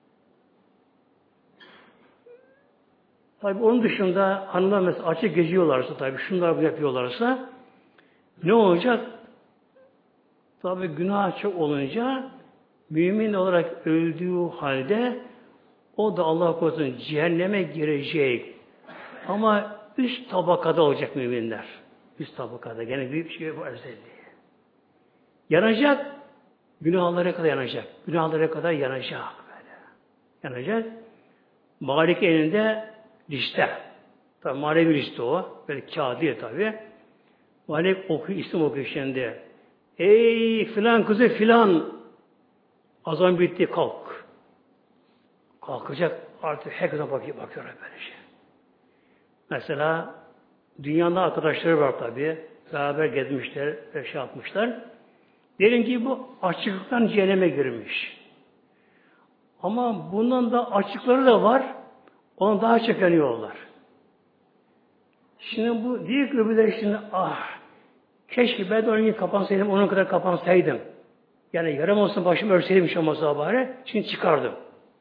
Tabi onun dışında hanımlar mesela açık geziyorlarsa, tabi şunlar yapıyorlarsa ne olacak? Tabi günah çok olunca mümin olarak öldüğü halde o da Allah korusun cehenneme girecek. Ama üst tabakada olacak müminler. Üst tabakada. Gene büyük bir şey var özelliği. Yanacak. Günahlara kadar yanacak. Günahlara kadar yanacak. Böyle. Yanacak. Malik elinde liste. Tabi manevi liste o. Böyle kağıdı değil tabi. Malik okuyor, isim okuyor şimdi. Ey filan kızı filan. Azam bitti kalk. Kalkacak. Artık herkese bakıyor böyle şey. Mesela dünyada arkadaşları var tabi. Beraber gezmişler, şey yapmışlar. Diyelim ki bu açıklıktan cehenneme girmiş. Ama bundan da açıkları da var. Ona daha çok yanıyorlar. Şimdi bu diyor ki öbürleri şimdi keşke ben de onun gibi kapansaydım, onun kadar kapansaydım. Yani yarım olsun başım örseydim hiç olmazsa bari. Şimdi çıkardım.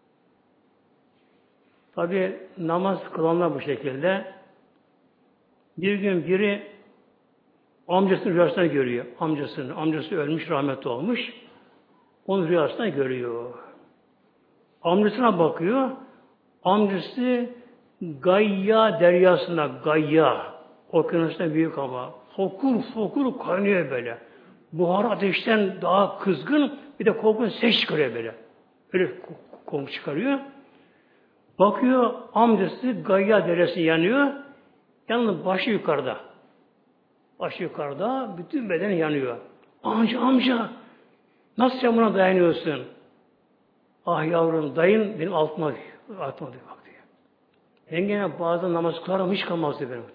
Tabi namaz kılanlar bu şekilde. Bir gün biri amcasının rüyasını görüyor. Amcası ölmüş, rahmetli olmuş. Onun rüyasını görüyor. Amcasına bakıyor. Amcası Gayya deryasında, Gayya. Okyanusunda büyük ama. Fokur kaynıyor böyle. Buhar ateşten daha kızgın, bir de korkunç ses çıkarıyor böyle. Öyle koku çıkarıyor. Bakıyor, amcası Gayya deresi yanıyor. Yalnız başı yukarıda. Başı yukarıda, bütün beden yanıyor. Amca, nasıl sen buna dayanıyorsun? Ah yavrum, dayın benim altıma diyor. Bak diyor. Yengene bazen namaz kılarım hiç kalmaz diyor benim.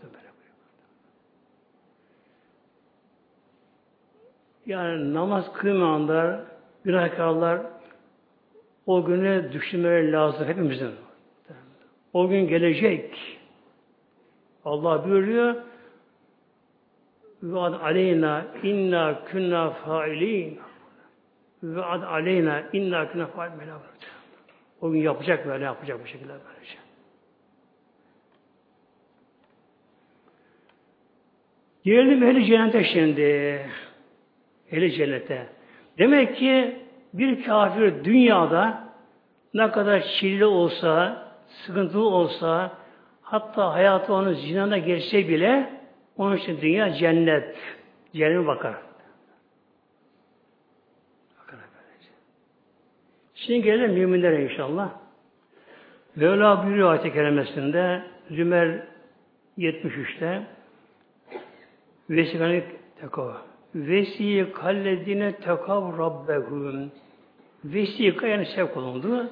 Yani namaz kılmayanlar, günahkarlar o güne düşünmeleri lazım hepimizin. O gün gelecek. Allah buyuruyor ve ad aleyna inna kunna failin ve ad aleyna inna kunna failin. O gün yapacak bu şekilde böylece. Gelelim ehli cennete şimdi. Ehli cennete. Demek ki bir kafir dünyada ne kadar çileli olsa, sıkıntılı olsa, hatta hayatı onun zinana geçse bile onun için dünya cennet. Cennete bakar. Şimdi gelelim müminlere inşallah. Mevla buyuruyor ayet-i kerimesinde Zümer 73'te Vesikani tekav. Vesikallezine tekav rabbehum. Vesika yani sevk olundu.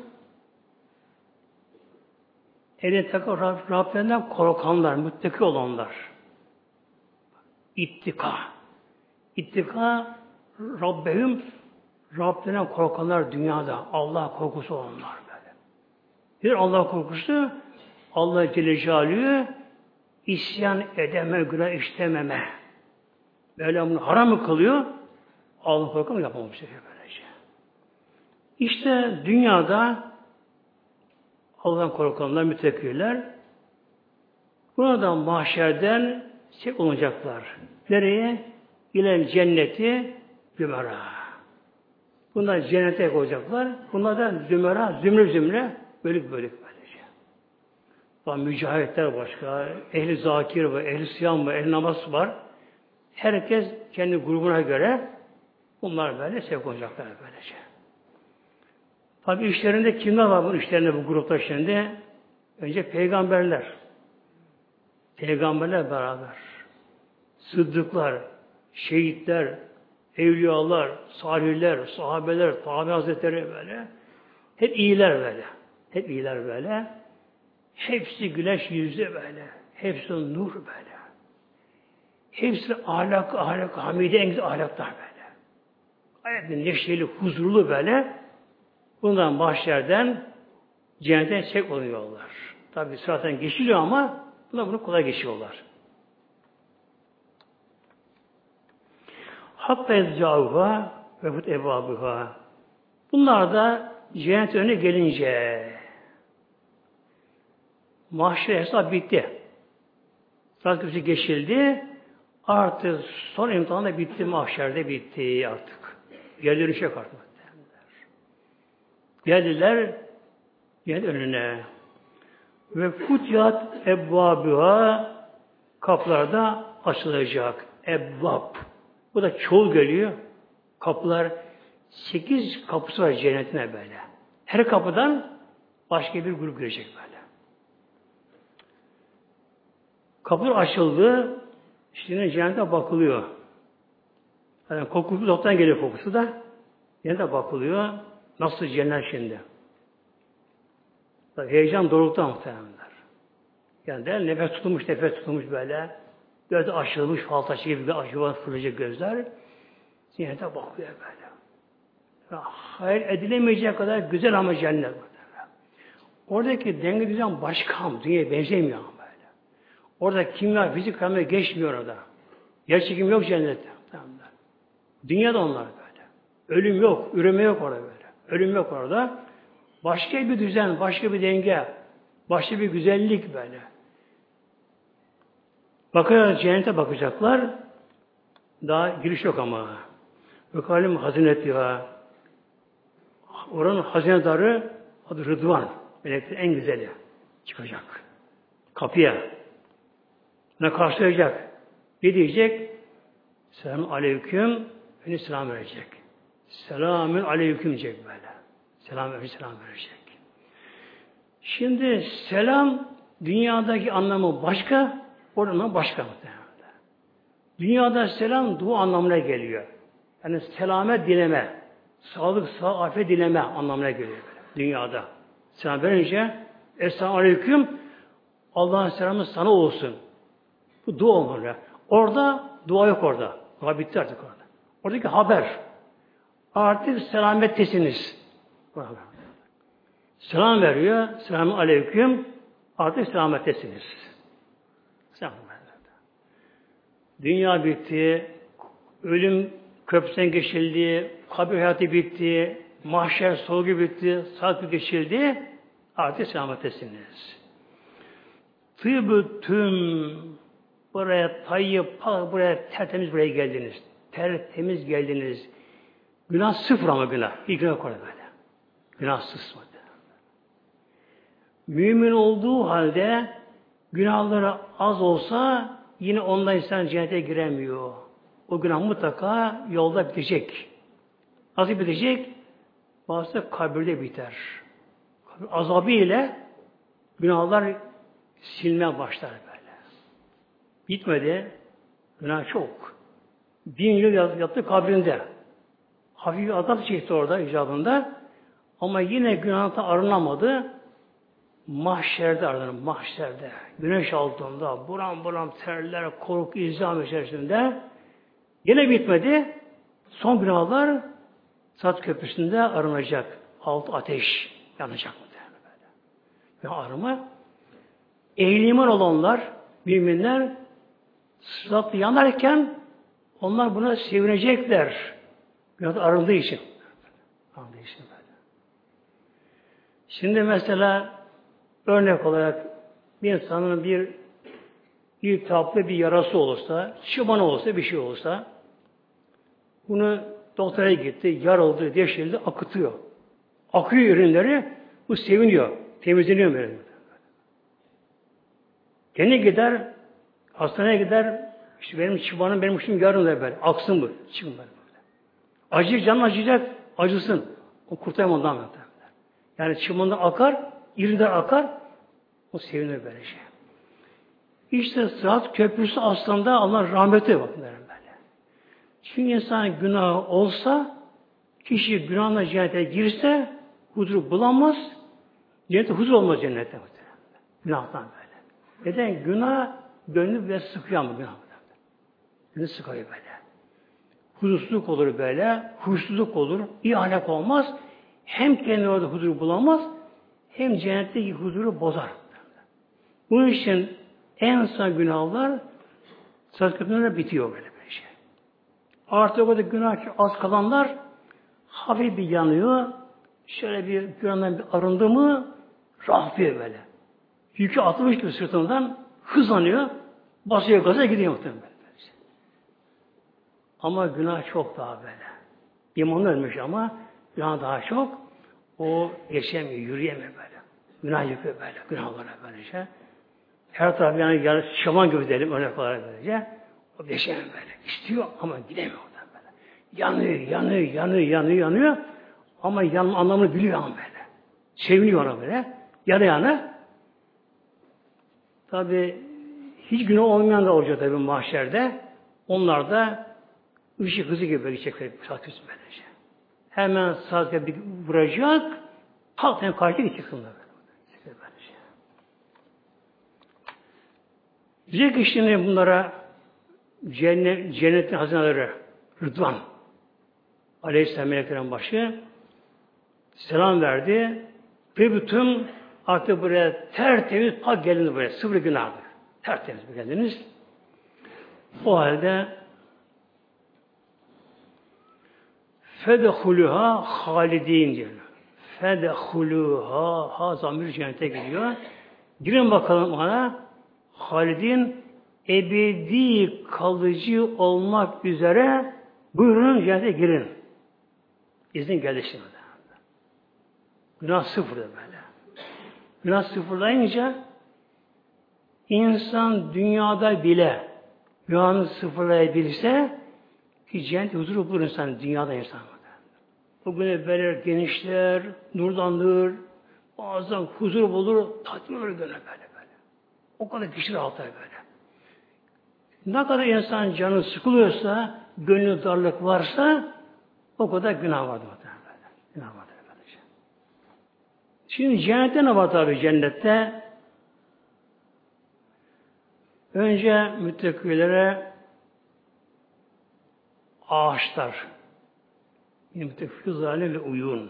Eline tekav Rabbenden korkanlar, muttaki olanlar. İttika. İttika Rabbehum Rabbinden korkanlar dünyada. Allah korkusu olanlar böyle. Bir Allah korkusu Allah Celle Celaluhu isyan edeme, günah işlememe. Böyle bunu haram mı kılıyor? Allah korkumu yapmamış böylece. İşte dünyada Allah'tan korkanlar, müttekirler buradan mahşerden olacaklar. Nereye? İlen cenneti zümera. Bunlar cennete koyacaklar. Bunlar da zümera, zümre zümre, bölük bölük böylece. Mücahitler başka, ehli zakir var, ehli siyam var, ehli namaz var. Herkes kendi grubuna göre bunlar böyle sevk olacaklar böylece. Tabi işlerinde kimler var bu işlerinde, bu grupta şimdi? Önce peygamberler. Peygamberler beraber. Sıddıklar, şehitler, evliyalar, salihler, sahabeler, tabi hazretleri böyle. Hep iyiler böyle. Hep iyiler böyle. Hepsi güneş yüzü böyle. Hepsi nur böyle. Hepsi ahlak, hamide en güzel ahlaklar böyle. Hayatın neşeli, huzurlu böyle. Bundan mahşerden cennete çek oluyorlar. Tabi sıradan geçiliyor ama bunlar bunu kolay geçiyorlar. Hatta ezcâuha ve hut ebâbıha. Bunlar da cennet önüne gelince mahşer hesap bitti. Sırat köprüsü geçildi. Artık son imtihan da bitti. Mahşerde bitti artık. Geri dönüşecek artık. Geldiler cennet önüne. Ve futiyat ebbâbıha, kapılarda açılacak. Ebbab. Bu da çoğul geliyor. Kapılar 8 kapısı var cennetine böyle. Her kapıdan başka bir grup girecek böyle. Kapılar açıldı. Şimdi cennete bakılıyor. Yani kokusu uzaktan geliyor kokusu da. Cennete bakılıyor. Nasıl cennet şimdi? Tabii heyecan dorukta muhtemelenler. Yani der, nefes tutulmuş böyle. Gözde açılmış, faltaçı gibi bir acıva fırlayacak gözler. Cennete bakıyor böyle. Ya, hayal edilemeyecek kadar güzel ama cennet. Oradaki denge düzen başka mı? Dünyaya benzemiyor ama böyle. Orada kimya, fizik kamera geçmiyor orada. Yerçekim yok cennette. Dünyada onlar böyle. Ölüm yok, üreme yok orada böyle. Ölüm yok orada. Başka bir düzen, başka bir denge, başka bir güzellik böyle. Bakıyor cennete bakacaklar. Daha giriş yok ama. Vekalim hazinet ya. Oranın hazinedarı adı Rıdvan. Meleklerin en güzeli. Çıkacak. Kapıya. Ne karşılayacak? Ne diyecek? Selamun aleyküm. Beni selam verecek. Selamün aleyküm diyecek böyle. Selam verecek. Şimdi selam dünyadaki anlamı başka, oradan başka muhtemelen. Dünyada selam dua anlamına geliyor. Yani selamet dileme, sağlık, afiyet dileme anlamına geliyor böyle. Dünyada. Selam verince Esselamu aleyküm, Allah'ın selamı sana olsun. Bu dua olmalı. Orada dua yok orada. Dua bitti artık orada. Oradaki haber. Artık selamettesiniz. Selam veriyor. Selamun aleyküm. Artık selamettesiniz. Dünya bitti. Ölüm köprüsünden geçildi. Kabir hayatı bitti. Mahşer sorgu bitti. Saat geçildi. Artık selamettesiniz. Tıbbı tüm buraya tayyip, buraya tertemiz buraya geldiniz. Tertemiz geldiniz. Günah sıfır ama günah. Bir günah koydu böyle. Günahsız. Mümin olduğu halde günahları az olsa yine ondan insan cennete giremiyor. O günah mutlaka yolda bitecek. Nasıl bitecek? Bazısı kabirde biter. Azabı ile günahlar silmeye başlar böyle. Bitmedi. Günah çok. 1000 yıl yattı kabrinde. Hafif azap çekti orada icabında. Ama yine günahtan arınamadı. Mahşerde aranır, mahşerde. Güneş altında, buram buram terler, korku, izdiham içerisinde. Yine bitmedi. Son günahlar Sırat Köprüsü'nde arınacak. Alt ateş yanacak mı? Ve arınma. Ehli iman olanlar, müminler Sırat yanarken onlar buna sevinecekler. Günah arındığı için. Arındığı için böyle. Şimdi mesela örnek olarak bir insanın bir iltihaplı bir yarası olursa, çıbanı olursa, bir şey olursa bunu doktora gitti, yarıldı, deşildi, akıtıyor. Akıyor ürünleri, bu seviniyor. Temizleniyor böyle. Gene gider, hastaneye gider, işte benim çıbanım, benim uçum yarın böyle. Aksın bu. Çıkın böyle. Acı, canın acıyacak, acısın. O kurtaramam ondan böyle. Yani çıbandan akar, irinden akar, o sevinir böyle şey. İşte Sırat Köprüsü aslında Allah'ın rahmeti bakın böyle. Çünkü insan günahı olsa, kişi günahla cennete girse, huzur bulamaz, cennette huzur olmaz cennette. Günahtan böyle. Neden? Günah gönlü bile sıkıyor ama günah. Gönlü sıkıyor böyle. Huzursuzluk olur böyle, huysuzluk olur, iyi ahlak olmaz. Hem kendi orada huzuru bulamaz, hem cennetteki huzuru bozar. Bunun için en son günahlar Sırat Köprüsü'nde bitiyor böyle bir şey. Artık orada günah az kalanlar hafif bir yanıyor. Şöyle bir günahdan bir arındı mı rahatlıyor böyle. Yükü atılmış gibi sırtından hızlanıyor. Basıyor gaza gidiyor muhtemelen böyle. Ama günah çok daha böyle. İmanlı ölmüş ama günah daha çok. O geçemiyor, yürüyemiyor böyle. Günah yıkıyor böyle. Günahlara böylece. Her taraf yani şaman gibi diyelim örnek olarak böylece. O geçemiyor böyle. İstiyor ama gidemiyor oradan böyle. Yanıyor. Ama yanma anlamını biliyor ama böyle. Seviniyor ona böyle. Yana. Tabi hiç günah olmayan da olacak tabi mahşerde. Onlar da ışık hızı gibi böyle gidecekler. Böylece. Hemen saate bir vuracak. Kalktan karşıya gidecek bunlar. Diyecek ki şimdi bunlara cennetin hazineleri Rıdvan Aleyhisselam meleklerin başı selam verdi ve bütün artık buraya tertemiz pak geldiniz buraya. Sıfır günahdır. Tertemiz geldiniz. O halde fedehuluha halidin diyor. Fedehuluha ha zamir cennete gidiyor. Girin bakalım ona halidin ebedi kalıcı olmak üzere buyurun cennete girin. İzin geldi şimdi. Günah sıfırdır böyle. Günah sıfırlayınca insan dünyada bile günahını sıfırlayabilse ki cennet huzuru bulur insan dünyada insan. Bugün böyle genişler, nurdandır, bazen huzur bulur, tatmin olur böyle. O kadar kişi rahatlar böyle. Ne kadar insan canı sıkılıyorsa, gönlü darlık varsa o kadar günah vardır. Günah vardır. Şimdi cennette ne var tabi cennette? Önce müttakilere ağaçlar. Müttakil zâlele uyun.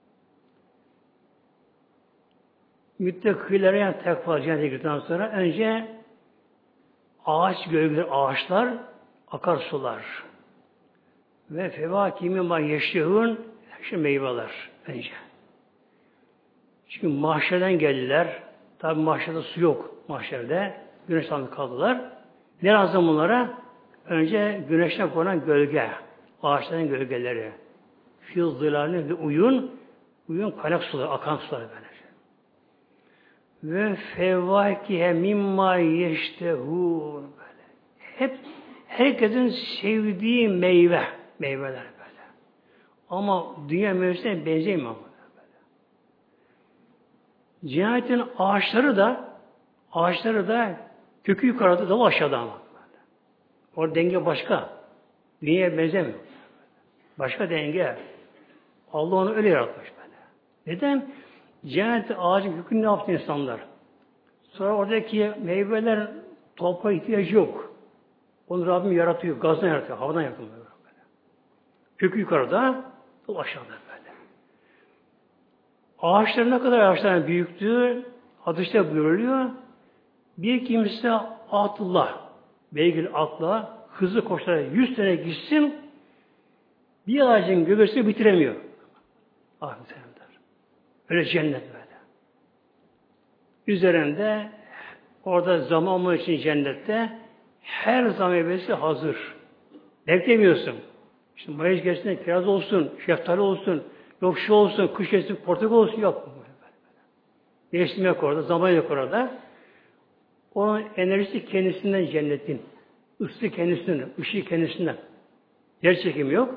Müttakilere yani tekva cennete girdikten sonra önce ağaç gölgeleri, ağaçlar, akarsular ve fevâkîmî mâ yeşrihûn şu meyveler önce. Çünkü mahşerden geldiler. Tabi mahşerde su yok mahşerde. Güneş altında kaldılar. Ne lazım bunlara? Önce güneşten konan gölge, ağaçların gölgeleri. Fil zilalini ve uyun kaynak suları, akan suları böyle. Ve fevvakihe mimma yeştehûn böyle. Hep herkesin sevdiği meyveler böyle. Ama dünya meyvesine benzemiyor böyle. Cennetin ağaçları da kökü yukarıda, dalı aşağıda ama. Orada denge başka. Dünyaya benzemiyor. Başka denge. Allah onu öyle yaratmış böyle. Neden? Cennet ağacın kökünü ne yaptı insanlar? Sonra oradaki meyveler toprağa ihtiyacı yok. Onu Rabbim yaratıyor. Gazdan yaratıyor. Havadan yaratıyor. Böyle. Kökü yukarıda, dalı aşağıda böyle. Ağaçların ne kadar ağaçların büyüktüğü hadiste buyuruluyor. Bir kimse beygir atla hızlı koşarak 100 sene gitsin bir ağacın gövdesini bitiremiyor. Öyle cennet böyle. Üzerinde orada zaman için cennette her zaman meyvesi hazır. Beklemiyorsun. İşte mayıs geçtiğinde kiraz olsun, şeftali olsun, yok şu olsun, kış geçsin, portakal olsun, yok. Mevsim yok orada, zaman yok orada. Onun enerjisi kendisinden cennetin. Isısı kendisinden, ışığı kendisinden. Yer çekimi yok.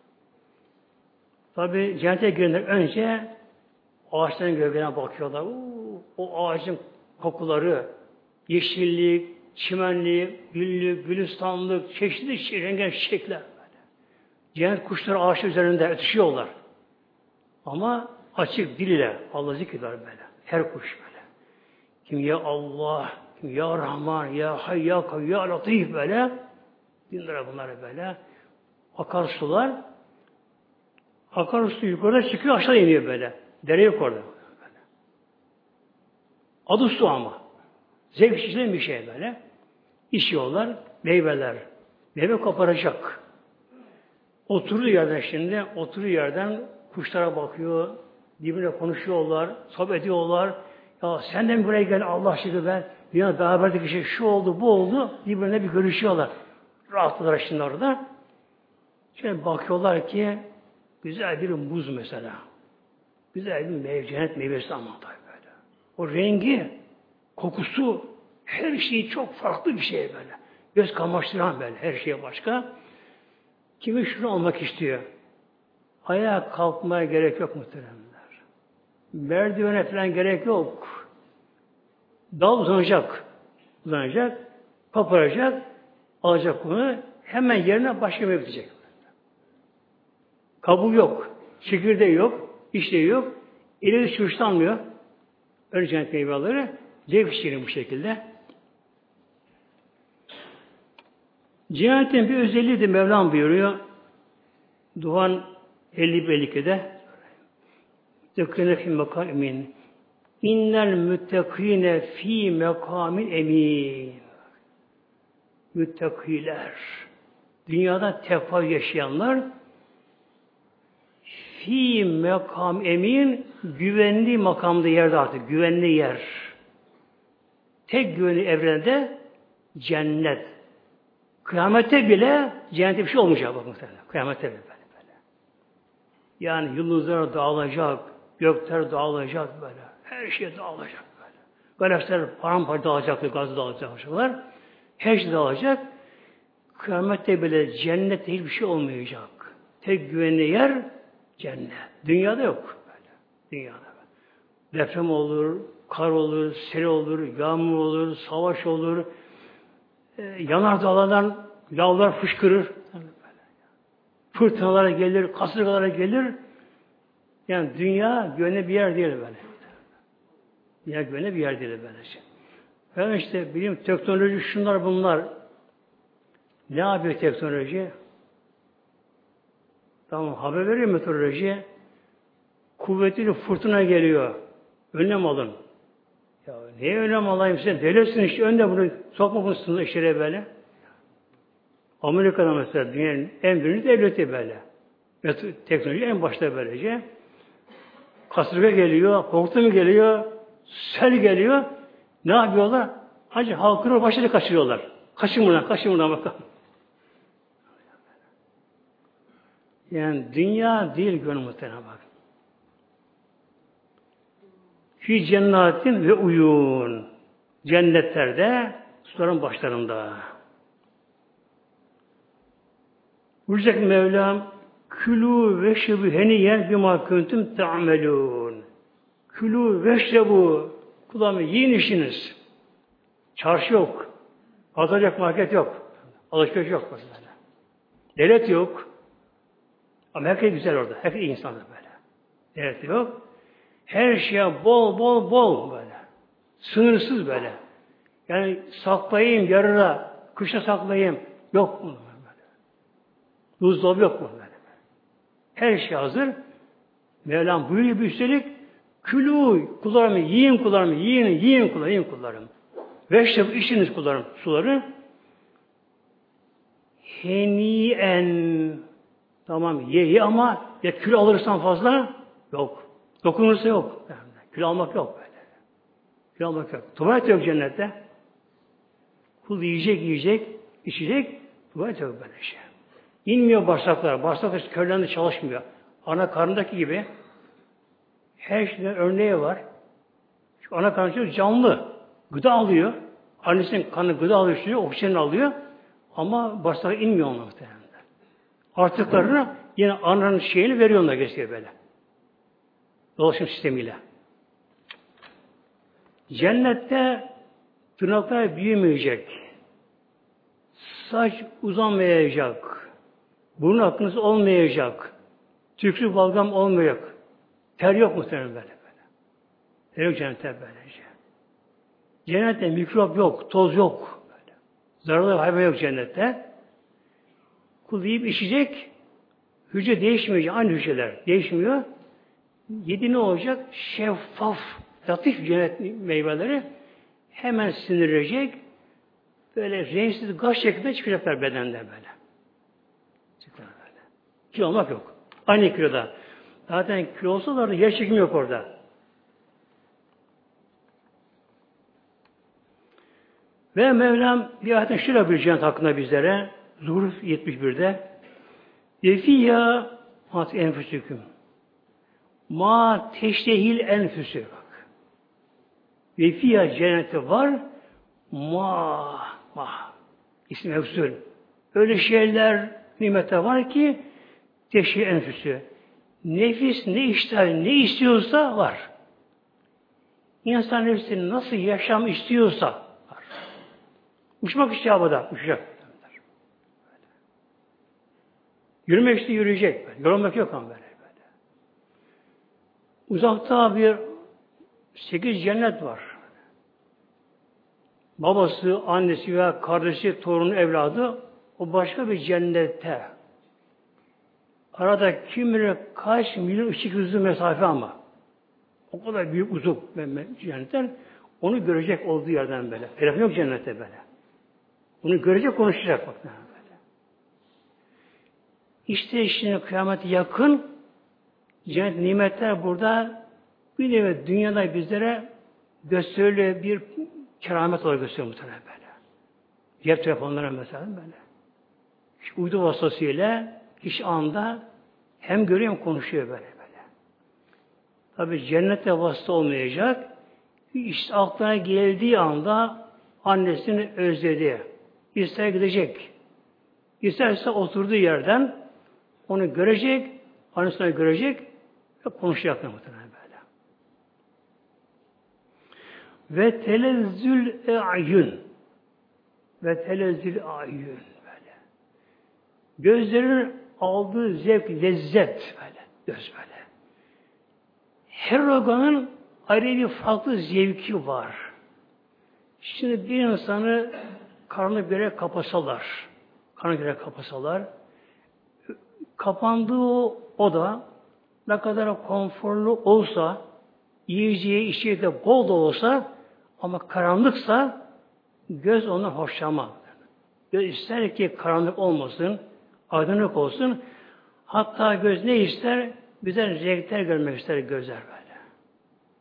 Tabi cennete girenler önce ağaçların gölgelerine bakıyorlar. O ağacın kokuları, yeşillik, çimenlik, güllük, gülistanlık, çeşitli rengen çiçekler. Cennet kuşları ağaçlar üzerinde ötüşüyorlar. Ama açık dil ile Allah zikreder böyle. Her kuş böyle. Kim ya Allah, kim ya Rahman, ya Hay, ya Kavi, ya Latif böyle. Dinlere bunları böyle. Akarsular. Akarsu yukarıda çıkıyor, aşağı iniyor böyle. Dere yok orada. Böyle. Adı su ama. Zevk içilen bir şey böyle. İçiyorlar, meyveler. Meyve koparacak. Oturduğu yerden kuşlara bakıyor, birbirine konuşuyorlar, sohbet ediyorlar. Ya sen de mi buraya gel Allah aşkına ben? Dünya beraberdeki şey şu oldu, bu oldu. Birbirine bir görüşüyorlar. Rahatlılar şimdi orada. Şimdi bakıyorlar ki güzel bir muz mesela. Güzel bir cennet meyvesi ama böyle. O rengi, kokusu, her şeyi çok farklı bir şey böyle. Göz kamaştıran böyle, her şeye başka. Kimi şunu almak istiyor. Ayağa kalkmaya gerek yok muhteremler. Merdivene falan gerek yok. Dal uzanacak, koparacak, alacak bunu, hemen yerine başka bir bitecek. Kabuğu yok, çekirdeği yok, işleği yok, ileri sürüşlanmıyor. Öyle cennet meyveleri zevk şirin bu şekilde. Cennetin bir özelliği de Mevlam buyuruyor. Duhan 50-52'de Müttekîne fî mekâmin innel müttekîne fî mekâmin emîn. Müttekîler, dünyada tekva yaşayanlar fî mekâm emin, güvenli makamda yerde artık, güvenli yer. Tek güvenli evrende cennet. Kıyamette bile cennette bir şey olmayacak bakın muhtemelen. Kıyamette bile böyle. Yani yıldızlar dağılacak, gökler dağılacak böyle. Her şey dağılacak böyle. Galaksiler paramparça dağılacak, gazı dağılacaklar. Her şey dağılacak. Kıyamette bile cennette hiçbir şey olmayacak. Tek güvenli yer cennet. Dünyada yok böyle. Dünyada böyle. Deprem olur, kar olur, sel olur, yağmur olur, savaş olur. Yanar dağlardan lavlar fışkırır. Fırtınalara gelir, kasırgalara gelir. Yani dünya güvenli bir yer değil böyle. Dünya güvenli bir yer değil böylece. Ben işte bilim, teknoloji, şunlar bunlar. Ne yapıyor teknoloji? Tamam, haber veriyor meteoroloji. Kuvvetli fırtına geliyor. Önlem alın. Ya neye önlem alayım sen? Devletsin işte önde bunu sokma bunu sınırlı işlere böyle. Amerika'da mesela dünyanın en büyük devleti böyle. Teknoloji en başta böylece. Kasırga geliyor, hortum geliyor, sel geliyor. Ne yapıyorlar? Hacı halkını başları kaçırıyorlar. Kaçın buradan bakalım. Yani dünya değil gönül muhtemelen bak. Fi cennetin ve uyun. Cennetlerde, suların başlarında. Buyuracak Mevlam, külü ve şebu heniyen bima kuntum ta'melun. Külü ve şebu, kulağımı yiyin işiniz. Çarşı yok. Alacak market yok. Alışveriş yok. Böyle. Devlet yok. Ama herkes güzel orada. Herkes iyi insanlar böyle. Devlet yok. Her şeye bol böyle. Sınırsız böyle. Yani saklayayım yarına, kışa saklayayım. Yok mu böyle? Buzdolabı yok mu böyle? Her şey hazır. Mevlam buyuruyor bir üstelik külü kullarımı yiyin kullarım. Veşreb işiniz kullarım suları. Heniyen tamam ye ama ya kül alırsan fazla yok. Dokunursa yok. Yani, kül almak yok böyle. Kül almak yok. Tuvalet yok cennette. Kul yiyecek, içecek. Tuvalet yok böyle şey. İnmiyor bağırsaklar. Bağırsaklar körlerinde çalışmıyor. Ana karnındaki gibi her şeyden örneği var. Şu ana karnı canlı. Gıda alıyor. Annesinin kanı gıda alıyor, oksijen alıyor. Ama bağırsağa inmiyor onlar muhtemelen. Artıklarını yine ananın şeyini veriyor onlar geçiyor böyle. Dolaşım sistemiyle. Cennette tırnaklar büyümeyecek. Saç uzanmayacak. Burun akıntısı olmayacak. Tükrük balgam olmayacak. Ter yok muhtemelen böyle. Ter yok cennette böylece. Cennette mikrop yok, toz yok. Böyle. Zararlı hayvan yok cennette. Kul yiyip içecek, hücre değişmiyor. Aynı hücreler değişmiyor. Yedi ne olacak? Şeffaf, latif cennet meyveleri hemen sindirilecek. Böyle renksiz gaz şeklinde çıkacaklar bedenden böyle. Çıkacaklar böyle. Kilo olmak yok. Aynı kiloda. Zaten kilo olsalar da yer çekimi yok orada. Ve Mevlam bir ayetin şöyle bir cennet hakkında bizlere Zuhruf 71'de Yefiyya mat enfüsüküm ma teştehil enfüsü bak. Yefiyya cenneti var ma ismi mevsul. Öyle şeyler nimetler var ki teştehil enfüsü. Nefis ne ister, ne istiyorsa var. İnsan nefsini nasıl yaşam istiyorsa var. Uçmak istiyor havada, uçacak. Yürümek istiyor, yürüyecek. Yorulmak yok ama böyle. Uzakta bir 8 cennet var. Babası, annesi veya kardeşi, torunu, evladı o başka bir cennette. Arada kim bilir kaç milyon ışık hızı mesafe ama. O kadar büyük uzun cennetten onu görecek olduğu yerden böyle. Telefon yok cennette böyle. Onu görecek, konuşacak bak böyle. İşte şimdi kıyameti yakın cennet nimetler burada bir nevi dünyada bizlere gösteriliyor bir keramet olarak gösteriyor muhtemelen böyle. Cep telefonları mesela böyle. İşte uydu vasıtasıyla kişi anda hem görüyor hem konuşuyor böyle. Tabi cennette vasıta olmayacak. İşte aklına geldiği anda annesini özledi. İster gidecek. İsterse oturduğu yerden onu görecek, annesini görecek ve konuşacak muhtemelen böyle. Ve telezzül a'yun. Ve telezzül a'yun böyle. Gözlerin aldığı zevk, lezzet böyle. Göz böyle. Her organın ayrı bir farklı zevki var. Şimdi bir insanı karnı göre kapasalar, kapandığı o oda ne kadar konforlu olsa, yiyeceği, içeceği de bol da olsa ama karanlıksa göz ondan hoşlanmaz. Göz ister ki karanlık olmasın, aydınlık olsun. Hatta göz ne ister? Güzel renkler görmek ister gözler böyle.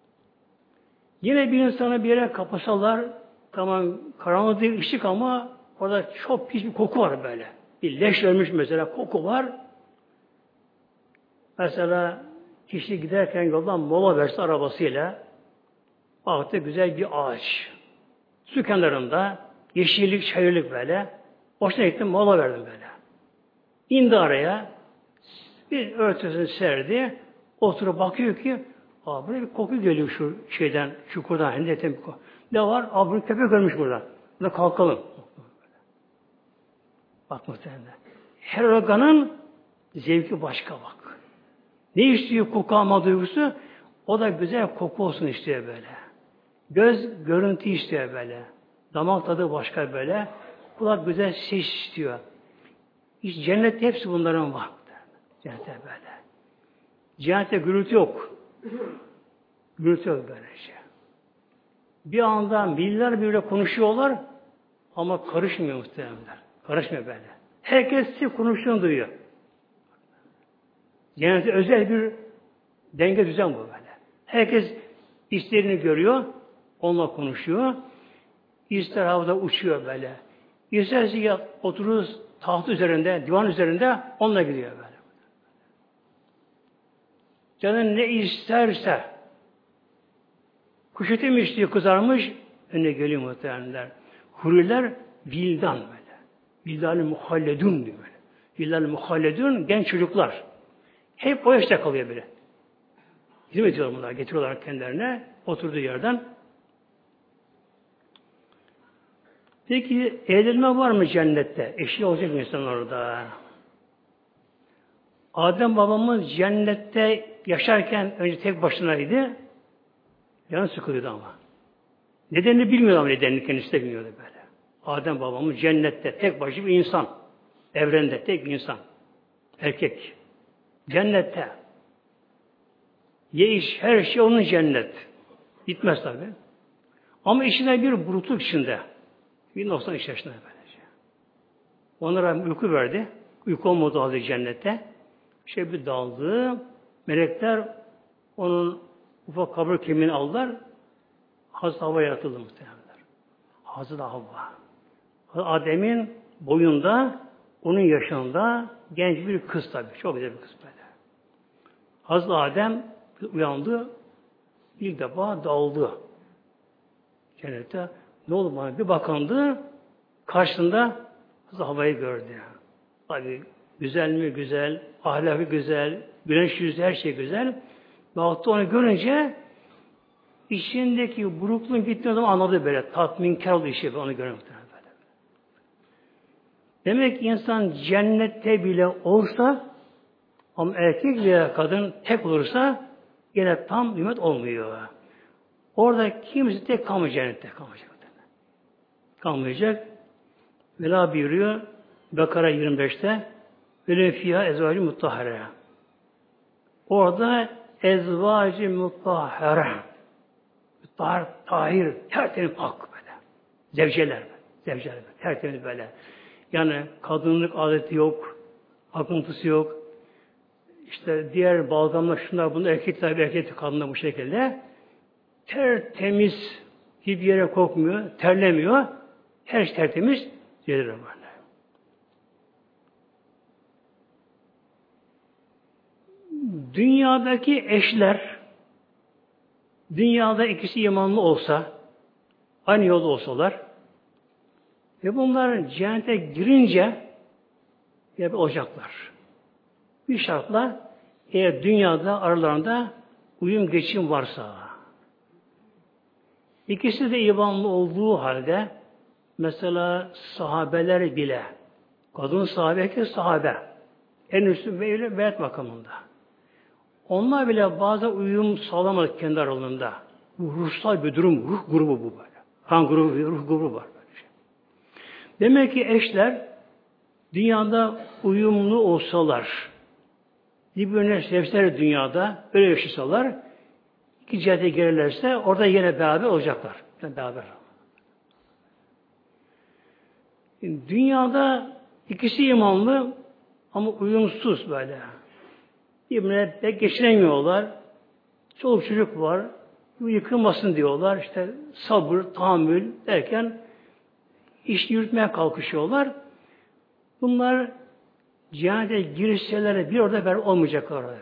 Yine bir insanı bir yere kapasalar, tamam karanlık değil ışık ama Orada çok pis bir koku var böyle. Bir leş ölmüş mesela koku var. Mesela kişi giderken yoldan mola verse arabasıyla baktı güzel bir ağaç. Su kenarında yeşillik, çayırlık böyle. Hoşuna gittim mola verdim böyle. İndi araya bir örtüsünü serdi. Oturup bakıyor ki buraya bir koku geliyor şu şeyden, çukurdan. Hendeten bir koku. Ne var? Bunu köpek ölmüş burada. Burada kalkalım. Bak muhtemelen. Her organın zevki başka bak. Ne istiyor koku alma duygusu? O da güzel koku olsun istiyor böyle. Göz görüntü istiyor böyle. Damak tadı başka böyle. Kulak güzel ses istiyor. İşte cennette hepsi bunların var. Cennette böyle. Cennette gürültü yok. Gürültü yok böyle şey. Bir anda milyar birbirine konuşuyorlar ama karışmıyor muhtemelen. Karışmıyor böyle. Herkes konuştuğunu duyuyor. Cennette özel bir denge düzen bu böyle. Herkes isterini görüyor, onunla konuşuyor. İster havada uçuyor böyle. İsterse ya oturur taht üzerinde, divan üzerinde onunla gidiyor böyle. Canın ne isterse kuş eti mi istiyor kızarmış önüne geliyor muhtemelenler. Huriler vildan böyle. Vildan-ı muhalledun diyor böyle. Vildan-ı muhalledun genç çocuklar. Hep o yaşta kalıyor böyle. Hizmet ediyorlar bunlar. Getiriyorlar kendilerine. Oturduğu yerden. Peki evlenme var mı cennette? Eşi olacak mı insan orada? Adem babamız cennette yaşarken önce tek başınaydı. Canı sıkılıyordu ama. Nedenini bilmiyordu ama nedenini kendisi de bilmiyordu böyle. Adem babamız cennette tek başına bir insan. Evrende tek bir insan. Erkek. Cennette. Ye iş, her şey onun cennet. Bitmez tabi. Ama içinde bir burukluk içinde. Bir noksan içerisinde böylece. Onlara uyku verdi. Uyku olmadı halde cennette. Bir daldı. Melekler onun ufak kabir kemiğini aldılar. Hazreti Havva yaratıldı muhtemelen. Hazreti Havva. Adem'in boyunda, onun yaşında genç bir kız tabi. Çok güzel bir kız böyle. Hazreti Adem uyandı. İlk defa daldı. Cennette. Ne oldu bana? Bir bakandı. Karşısında Hazreti Havva'yı gördü. Tabi güzel mi güzel, ahlakı güzel, güneş yüzü her şey güzel. Baktı onu görünce içindeki burukluğun gittiği zaman anladı böyle. Tatminkar oldu işi onu görünce. Demek ki insan cennette bile olsa ama erkek veya kadın tek olursa yine tam nimet olmuyor. Orada kimse tek kalmayacak cennette kalmayacak. Kalmayacak. Vela buyuruyor Bekara 25'te Velin fiyâ ezvâcı muttahare. Orada ezvâcı muttahare. Tahir, tertemiz pak böyle. Zevceler. Zevceler. Tertemiz böyle. Yani kadınlık adeti yok. Akıntısı yok. İşte diğer balgamlar şunlar bunlar erkek tabi erkek kadınlar bu şekilde. Tertemiz hiçbir yere kokmuyor. Terlemiyor. Her şey tertemiz. Zevceler var. Dünyadaki eşler dünyada ikisi imanlı olsa aynı yolda olsalar ve bunlar cennete girince olacaklar. Bir şartla eğer dünyada aralarında uyum geçim varsa ikisi de imanlı olduğu halde mesela sahabeler bile kadın sahabe erkek sahabe en üstün ve beyat makamında. Onlar bile bazen uyum sağlamadı kendi aralarında. Bu ruhsal bir durum, ruh grubu bu böyle. Kan grubu, ruh grubu var böyle şey. Demek ki eşler dünyada uyumlu olsalar, birbirine sevseler dünyada, öyle yaşasalar, iki cihete gelirlerse orada yine beraber olacaklar. Yani beraber. Dünyada ikisi imanlı ama uyumsuz böyle. Birbirine pek geçinemiyorlar. Çoluk çocuk var. Bu yıkılmasın diyorlar. İşte sabır, tahammül derken iş yürütmeye kalkışıyorlar. Bunlar cehennete girişseler bir orada beraber olmayacaklar orada.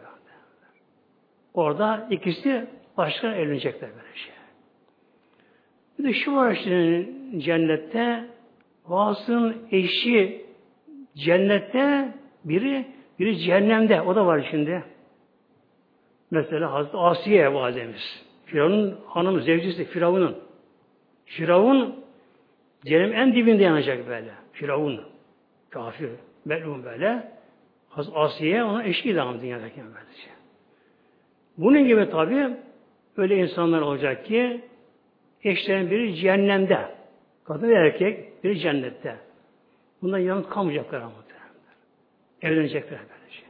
Orada ikisi başka evlenecekler böyle şey. Bir de şu var işte cennette bazısının eşi cennette biri cehennemde. O da var şimdi. Mesela Hazreti Asiye validemiz. Firavun'un hanımı, zevcisi Firavun'un. Firavun cehennem en dibinde yanacak böyle. Firavun. Kafir. Melun böyle. Hazreti Asiye ona eşiydi ama dünyadaki böylece. Bunun gibi tabi öyle insanlar olacak ki eşlerin biri cehennemde. Kadın ve erkek biri cennette. Bundan yalnız kalmayacaklar ama. Evlenecekler böylece.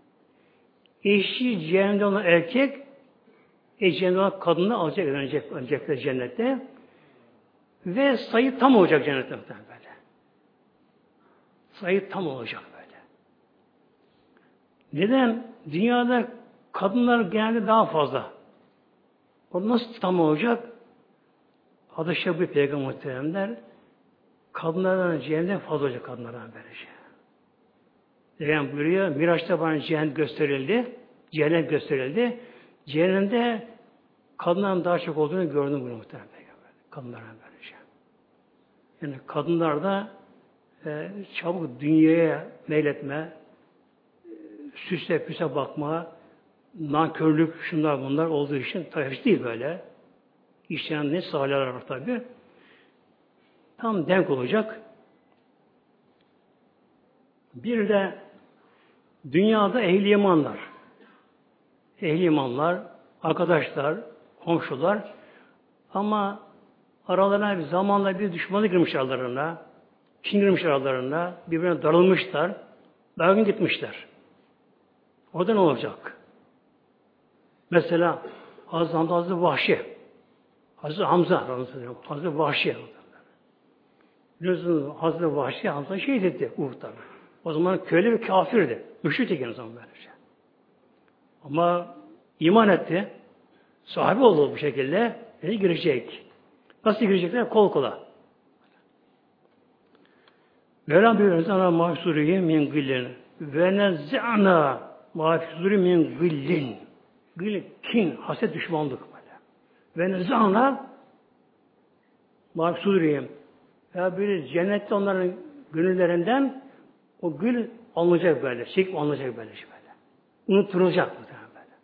Eşi cehennemde olan erkek cehennemde olan kadını alacak, evlenecekler cennette. Ve sayı tam olacak cennette böyle. Sayı tam olacak böyle. Neden? Dünyada kadınlar genelde daha fazla. O nasıl tam olacak? Adı Şebi Peygamber muhteremler. Kadınlardan cehennemden fazla olacak kadınlardan böylece. Yani buyuruyor, Miraç'ta bana cehennem gösterildi. Cehennem gösterildi. Cehennemde kadınların daha çok olduğunu gördüm bunu muhterem Peygamber. Kadınlardan böylece. Yani kadınlar da çabuk dünyaya meyletme, süsle püse bakma, nankörlük, şunlar bunlar olduğu için tabii değil böyle. İşleyen ne salihler var tabii. Tam denk olacak. Bir de dünyada ehli imanlar. Ehli imanlar, arkadaşlar, komşular ama aralarına bir zamanla bir düşmanlık girmiş aralarına, kin girmiş aralarına, birbirine darılmışlar, dargın gitmişler. Orada ne olacak? Mesela Hazreti Vahşi, Hazreti Hamza, Hazreti Vahşi. Biliyorsunuz Hazreti Vahşi Hamza şehit etti Uhud'da. O zaman köle ve kafirdi. Müşrik o zaman böylece. Ama iman etti. Sahibi oldu bu şekilde. Girecek. Nasıl girecekler? Kol kola. Mevlam buyuruyor. Ana mahsuriye min gillin. Ve nezza'na mahsuriye min gillin. Gil, kin, haset, düşmanlık böyle. Ve nezza'na mahsuriye. Ya bir cennette onların gönüllerinden o gül alınacak böyle. Çekip alınacak böyle. Unutulacak böyle.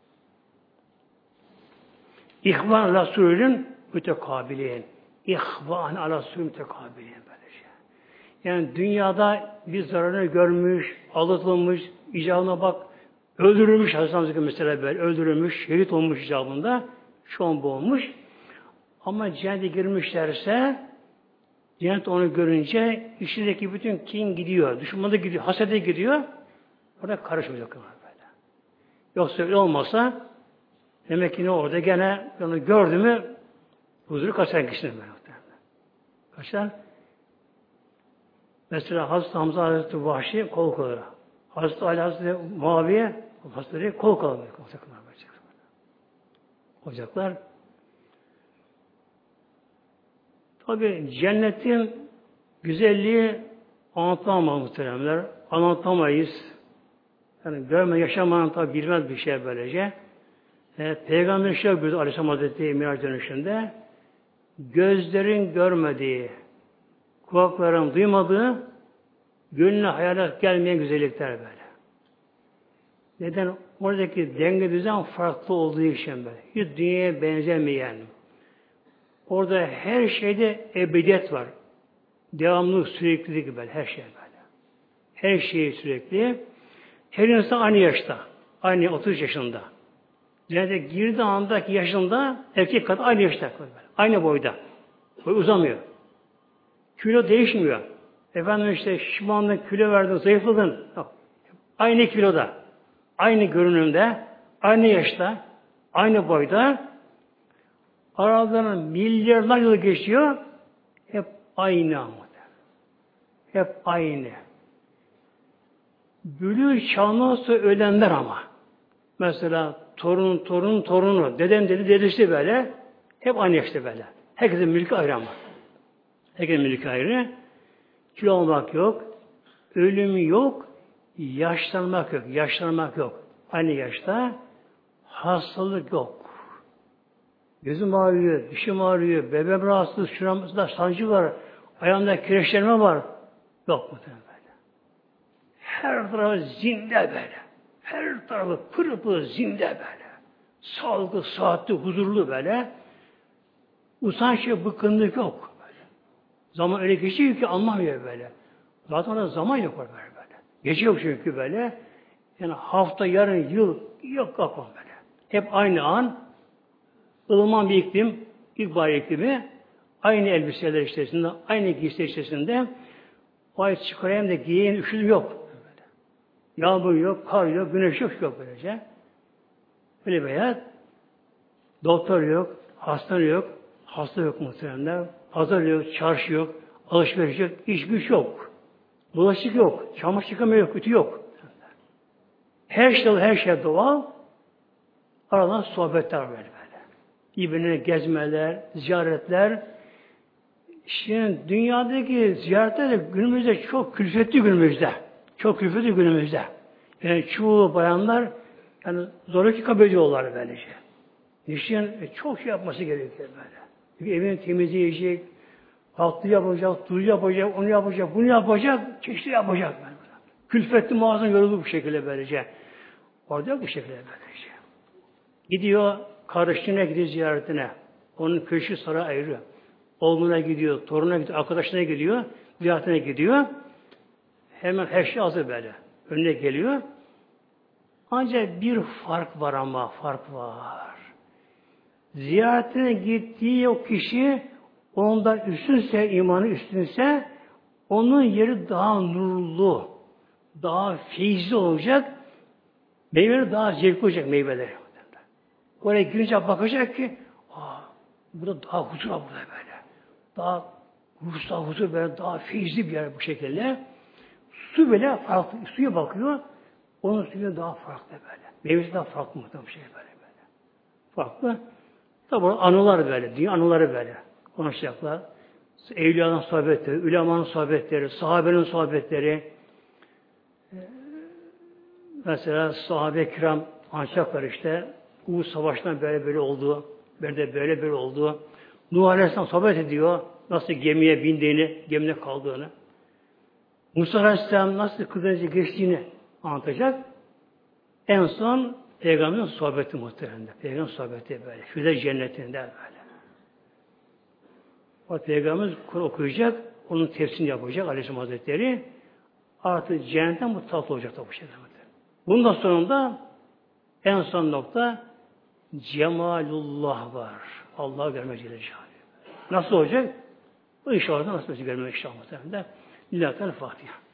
İhvan ala surülün mütekabilin. İhvan ala surülün mütekabilin böyle şey. Yani dünyada bir zararını görmüş, aldatılmış, icabına bak, öldürülmüş, Hazreti mesela böyle, öldürülmüş, şehit olmuş icabında, şu an bu olmuş. Ama cennete girmişlerse, cennet onu görünce, içindeki bütün kin gidiyor, düşmanı gidiyor, hasede gidiyor, orada karışmayacak böyle. Yoksa öyle olmasa, demek ki ne orada gene onu gördü mü huzuru kaçar kişinin böyle. Kaçar. Mesela Hazreti Hamza Hazreti Vahşi kol kolara. Hazreti Ali Hazreti Muaviye Hazreti kol kolara olacaklar. Tabi cennetin güzelliği anlatamaz muhteremler. Anlatamayız. Yani görme, yaşamayan tabi bilmez bir şey böylece. Peygamber şöyle buyurdu Aleyhisselam Hazretleri Miraç dönüşünde gözlerin görmediği, kulakların duymadığı, gönlüne hayale gelmeyen güzellikler böyle. Neden? Oradaki denge düzen farklı olduğu için böyle. Hiç dünyaya benzemeyen. Orada her şeyde ebediyet var. Devamlılık, süreklilik böyle. Her şey böyle. Her şey sürekli. Her insan aynı yaşta. Aynı 30 yaşında. Cennete girdiği andaki yaşında erkek kadın aynı yaşta. Aynı boyda. Boy uzamıyor. Kilo değişmiyor. Efendim işte şişmanlığın, kilo verdin, zayıfladın. Yok. Aynı kiloda, aynı görünümde, aynı yaşta, aynı boyda. Aralarından milyarlar yıl geçiyor. Hep aynı ama. Hep aynı. Bülü çağından sonra ölenler ama. Mesela torunu, dedem dedi, dedesi böyle. Hep aynı yaşta böyle. Herkesin mülkü ayrı ama. Herkesin mülkü ayrı. kilo olmak yok, ölüm yok, yaşlanmak yok, yaşlanmak yok. Aynı yaşta hastalık yok. Gözüm ağrıyor, dişim ağrıyor, bebeğim rahatsız, şuramızda sancı var, ayağımda kireçlenme var. Yok muhtemelen böyle. Her tarafı zinde böyle. Her tarafı pırıl pırıl zinde böyle. Sağlıklı, sıhhatli, huzurlu böyle. Usanç ve bıkkınlık yok böyle. Zaman öyle geçiyor ki anlamıyor böyle. Zaten orada zaman yok böyle. Gece yok çünkü böyle. Yani hafta, yarın, yıl yok böyle. Hep aynı an, ılıman bir iklim, ilkbahar iklimi, aynı elbiseler içerisinde, aynı giysi içerisinde, o ay çıkarayım da giyeyim, üşüdüm yok. Böyle. Yağmur yok, kar yok, güneş yok böylece. Böyle beyaz. Doktor yok, hastane yok, hasta yok muhtemelen. Pazar yok, çarşı yok, alışveriş yok, iş güç yok. Bulaşık yok, çamaşır yıkama yok, ütü yok. Her şey doğal. Aradan sohbetler böyle. Birbirine gezmeler, ziyaretler. Şimdi dünyadaki ziyaretler de günümüzde çok külfetli günümüzde. Çok külfetli günümüzde. Yani çoğu bayanlar yani zoraki kabul ediyorlar böylece. İşin çok şey yapması gerekiyor böyle. Çünkü evini temizleyecek, tatlı yapacak, tuz yapacak, onu yapacak, bunu yapacak, çeşitli yapacak. Böyle. Külfetli muazzam yorulur bu şekilde böylece. Orada yok bu şekilde böylece. Gidiyor, kardeşine gidiyor ziyaretine. Onun köşkü sarı ayrı. Oğluna gidiyor, torununa gidiyor, arkadaşına gidiyor, ziyaretine gidiyor. Hemen her şey hazır böyle. Önüne geliyor. Ancak bir fark var ama, fark var. Ziyaretine gittiği o kişi ondan üstünse, imanı üstünse onun yeri daha nurlu, daha feyizli olacak, meyveleri daha zevkli olacak meyveleri. Oraya girince bakacak ki burada daha huzur var burada böyle. Daha ruhsal huzur böyle, daha feyizli bir yer bu şekilde. Su böyle farklı, suya bakıyor, onun suyu daha farklı böyle. Meyvesi daha farklı muhtemelen bir şey böyle. Farklı. Tabi anılar böyle, dünya anıları böyle konuşacaklar. Evliyanın sohbetleri, ülemanın sohbetleri, sahabenin sohbetleri. Mesela sahabe-i kiram anlatacaklar işte. Uhud Savaşı'ndan böyle oldu. Böyle oldu. Nuh Aleyhisselam sohbet ediyor. Nasıl gemiye bindiğini, gemide kaldığını. Musa Aleyhisselam nasıl kızınca geçtiğini anlatacak. En son Peygamberin sohbeti muhtemelen. Peygamberin sohbeti böyle. Firdevs cennetinde böyle. O Peygamberimiz Kur'an okuyacak, onun tefsirini yapacak Aleyhisselam Hazretleri. Artık cennetten bu tatlı olacak da bu şekilde. Bundan sonunda en son nokta cemalullah var. Allah'ı görmek Celle Celaluhu. Nasıl olacak? Bu inşallah nasıl olacak görmek inşallah. Lillahi Teala Fatiha.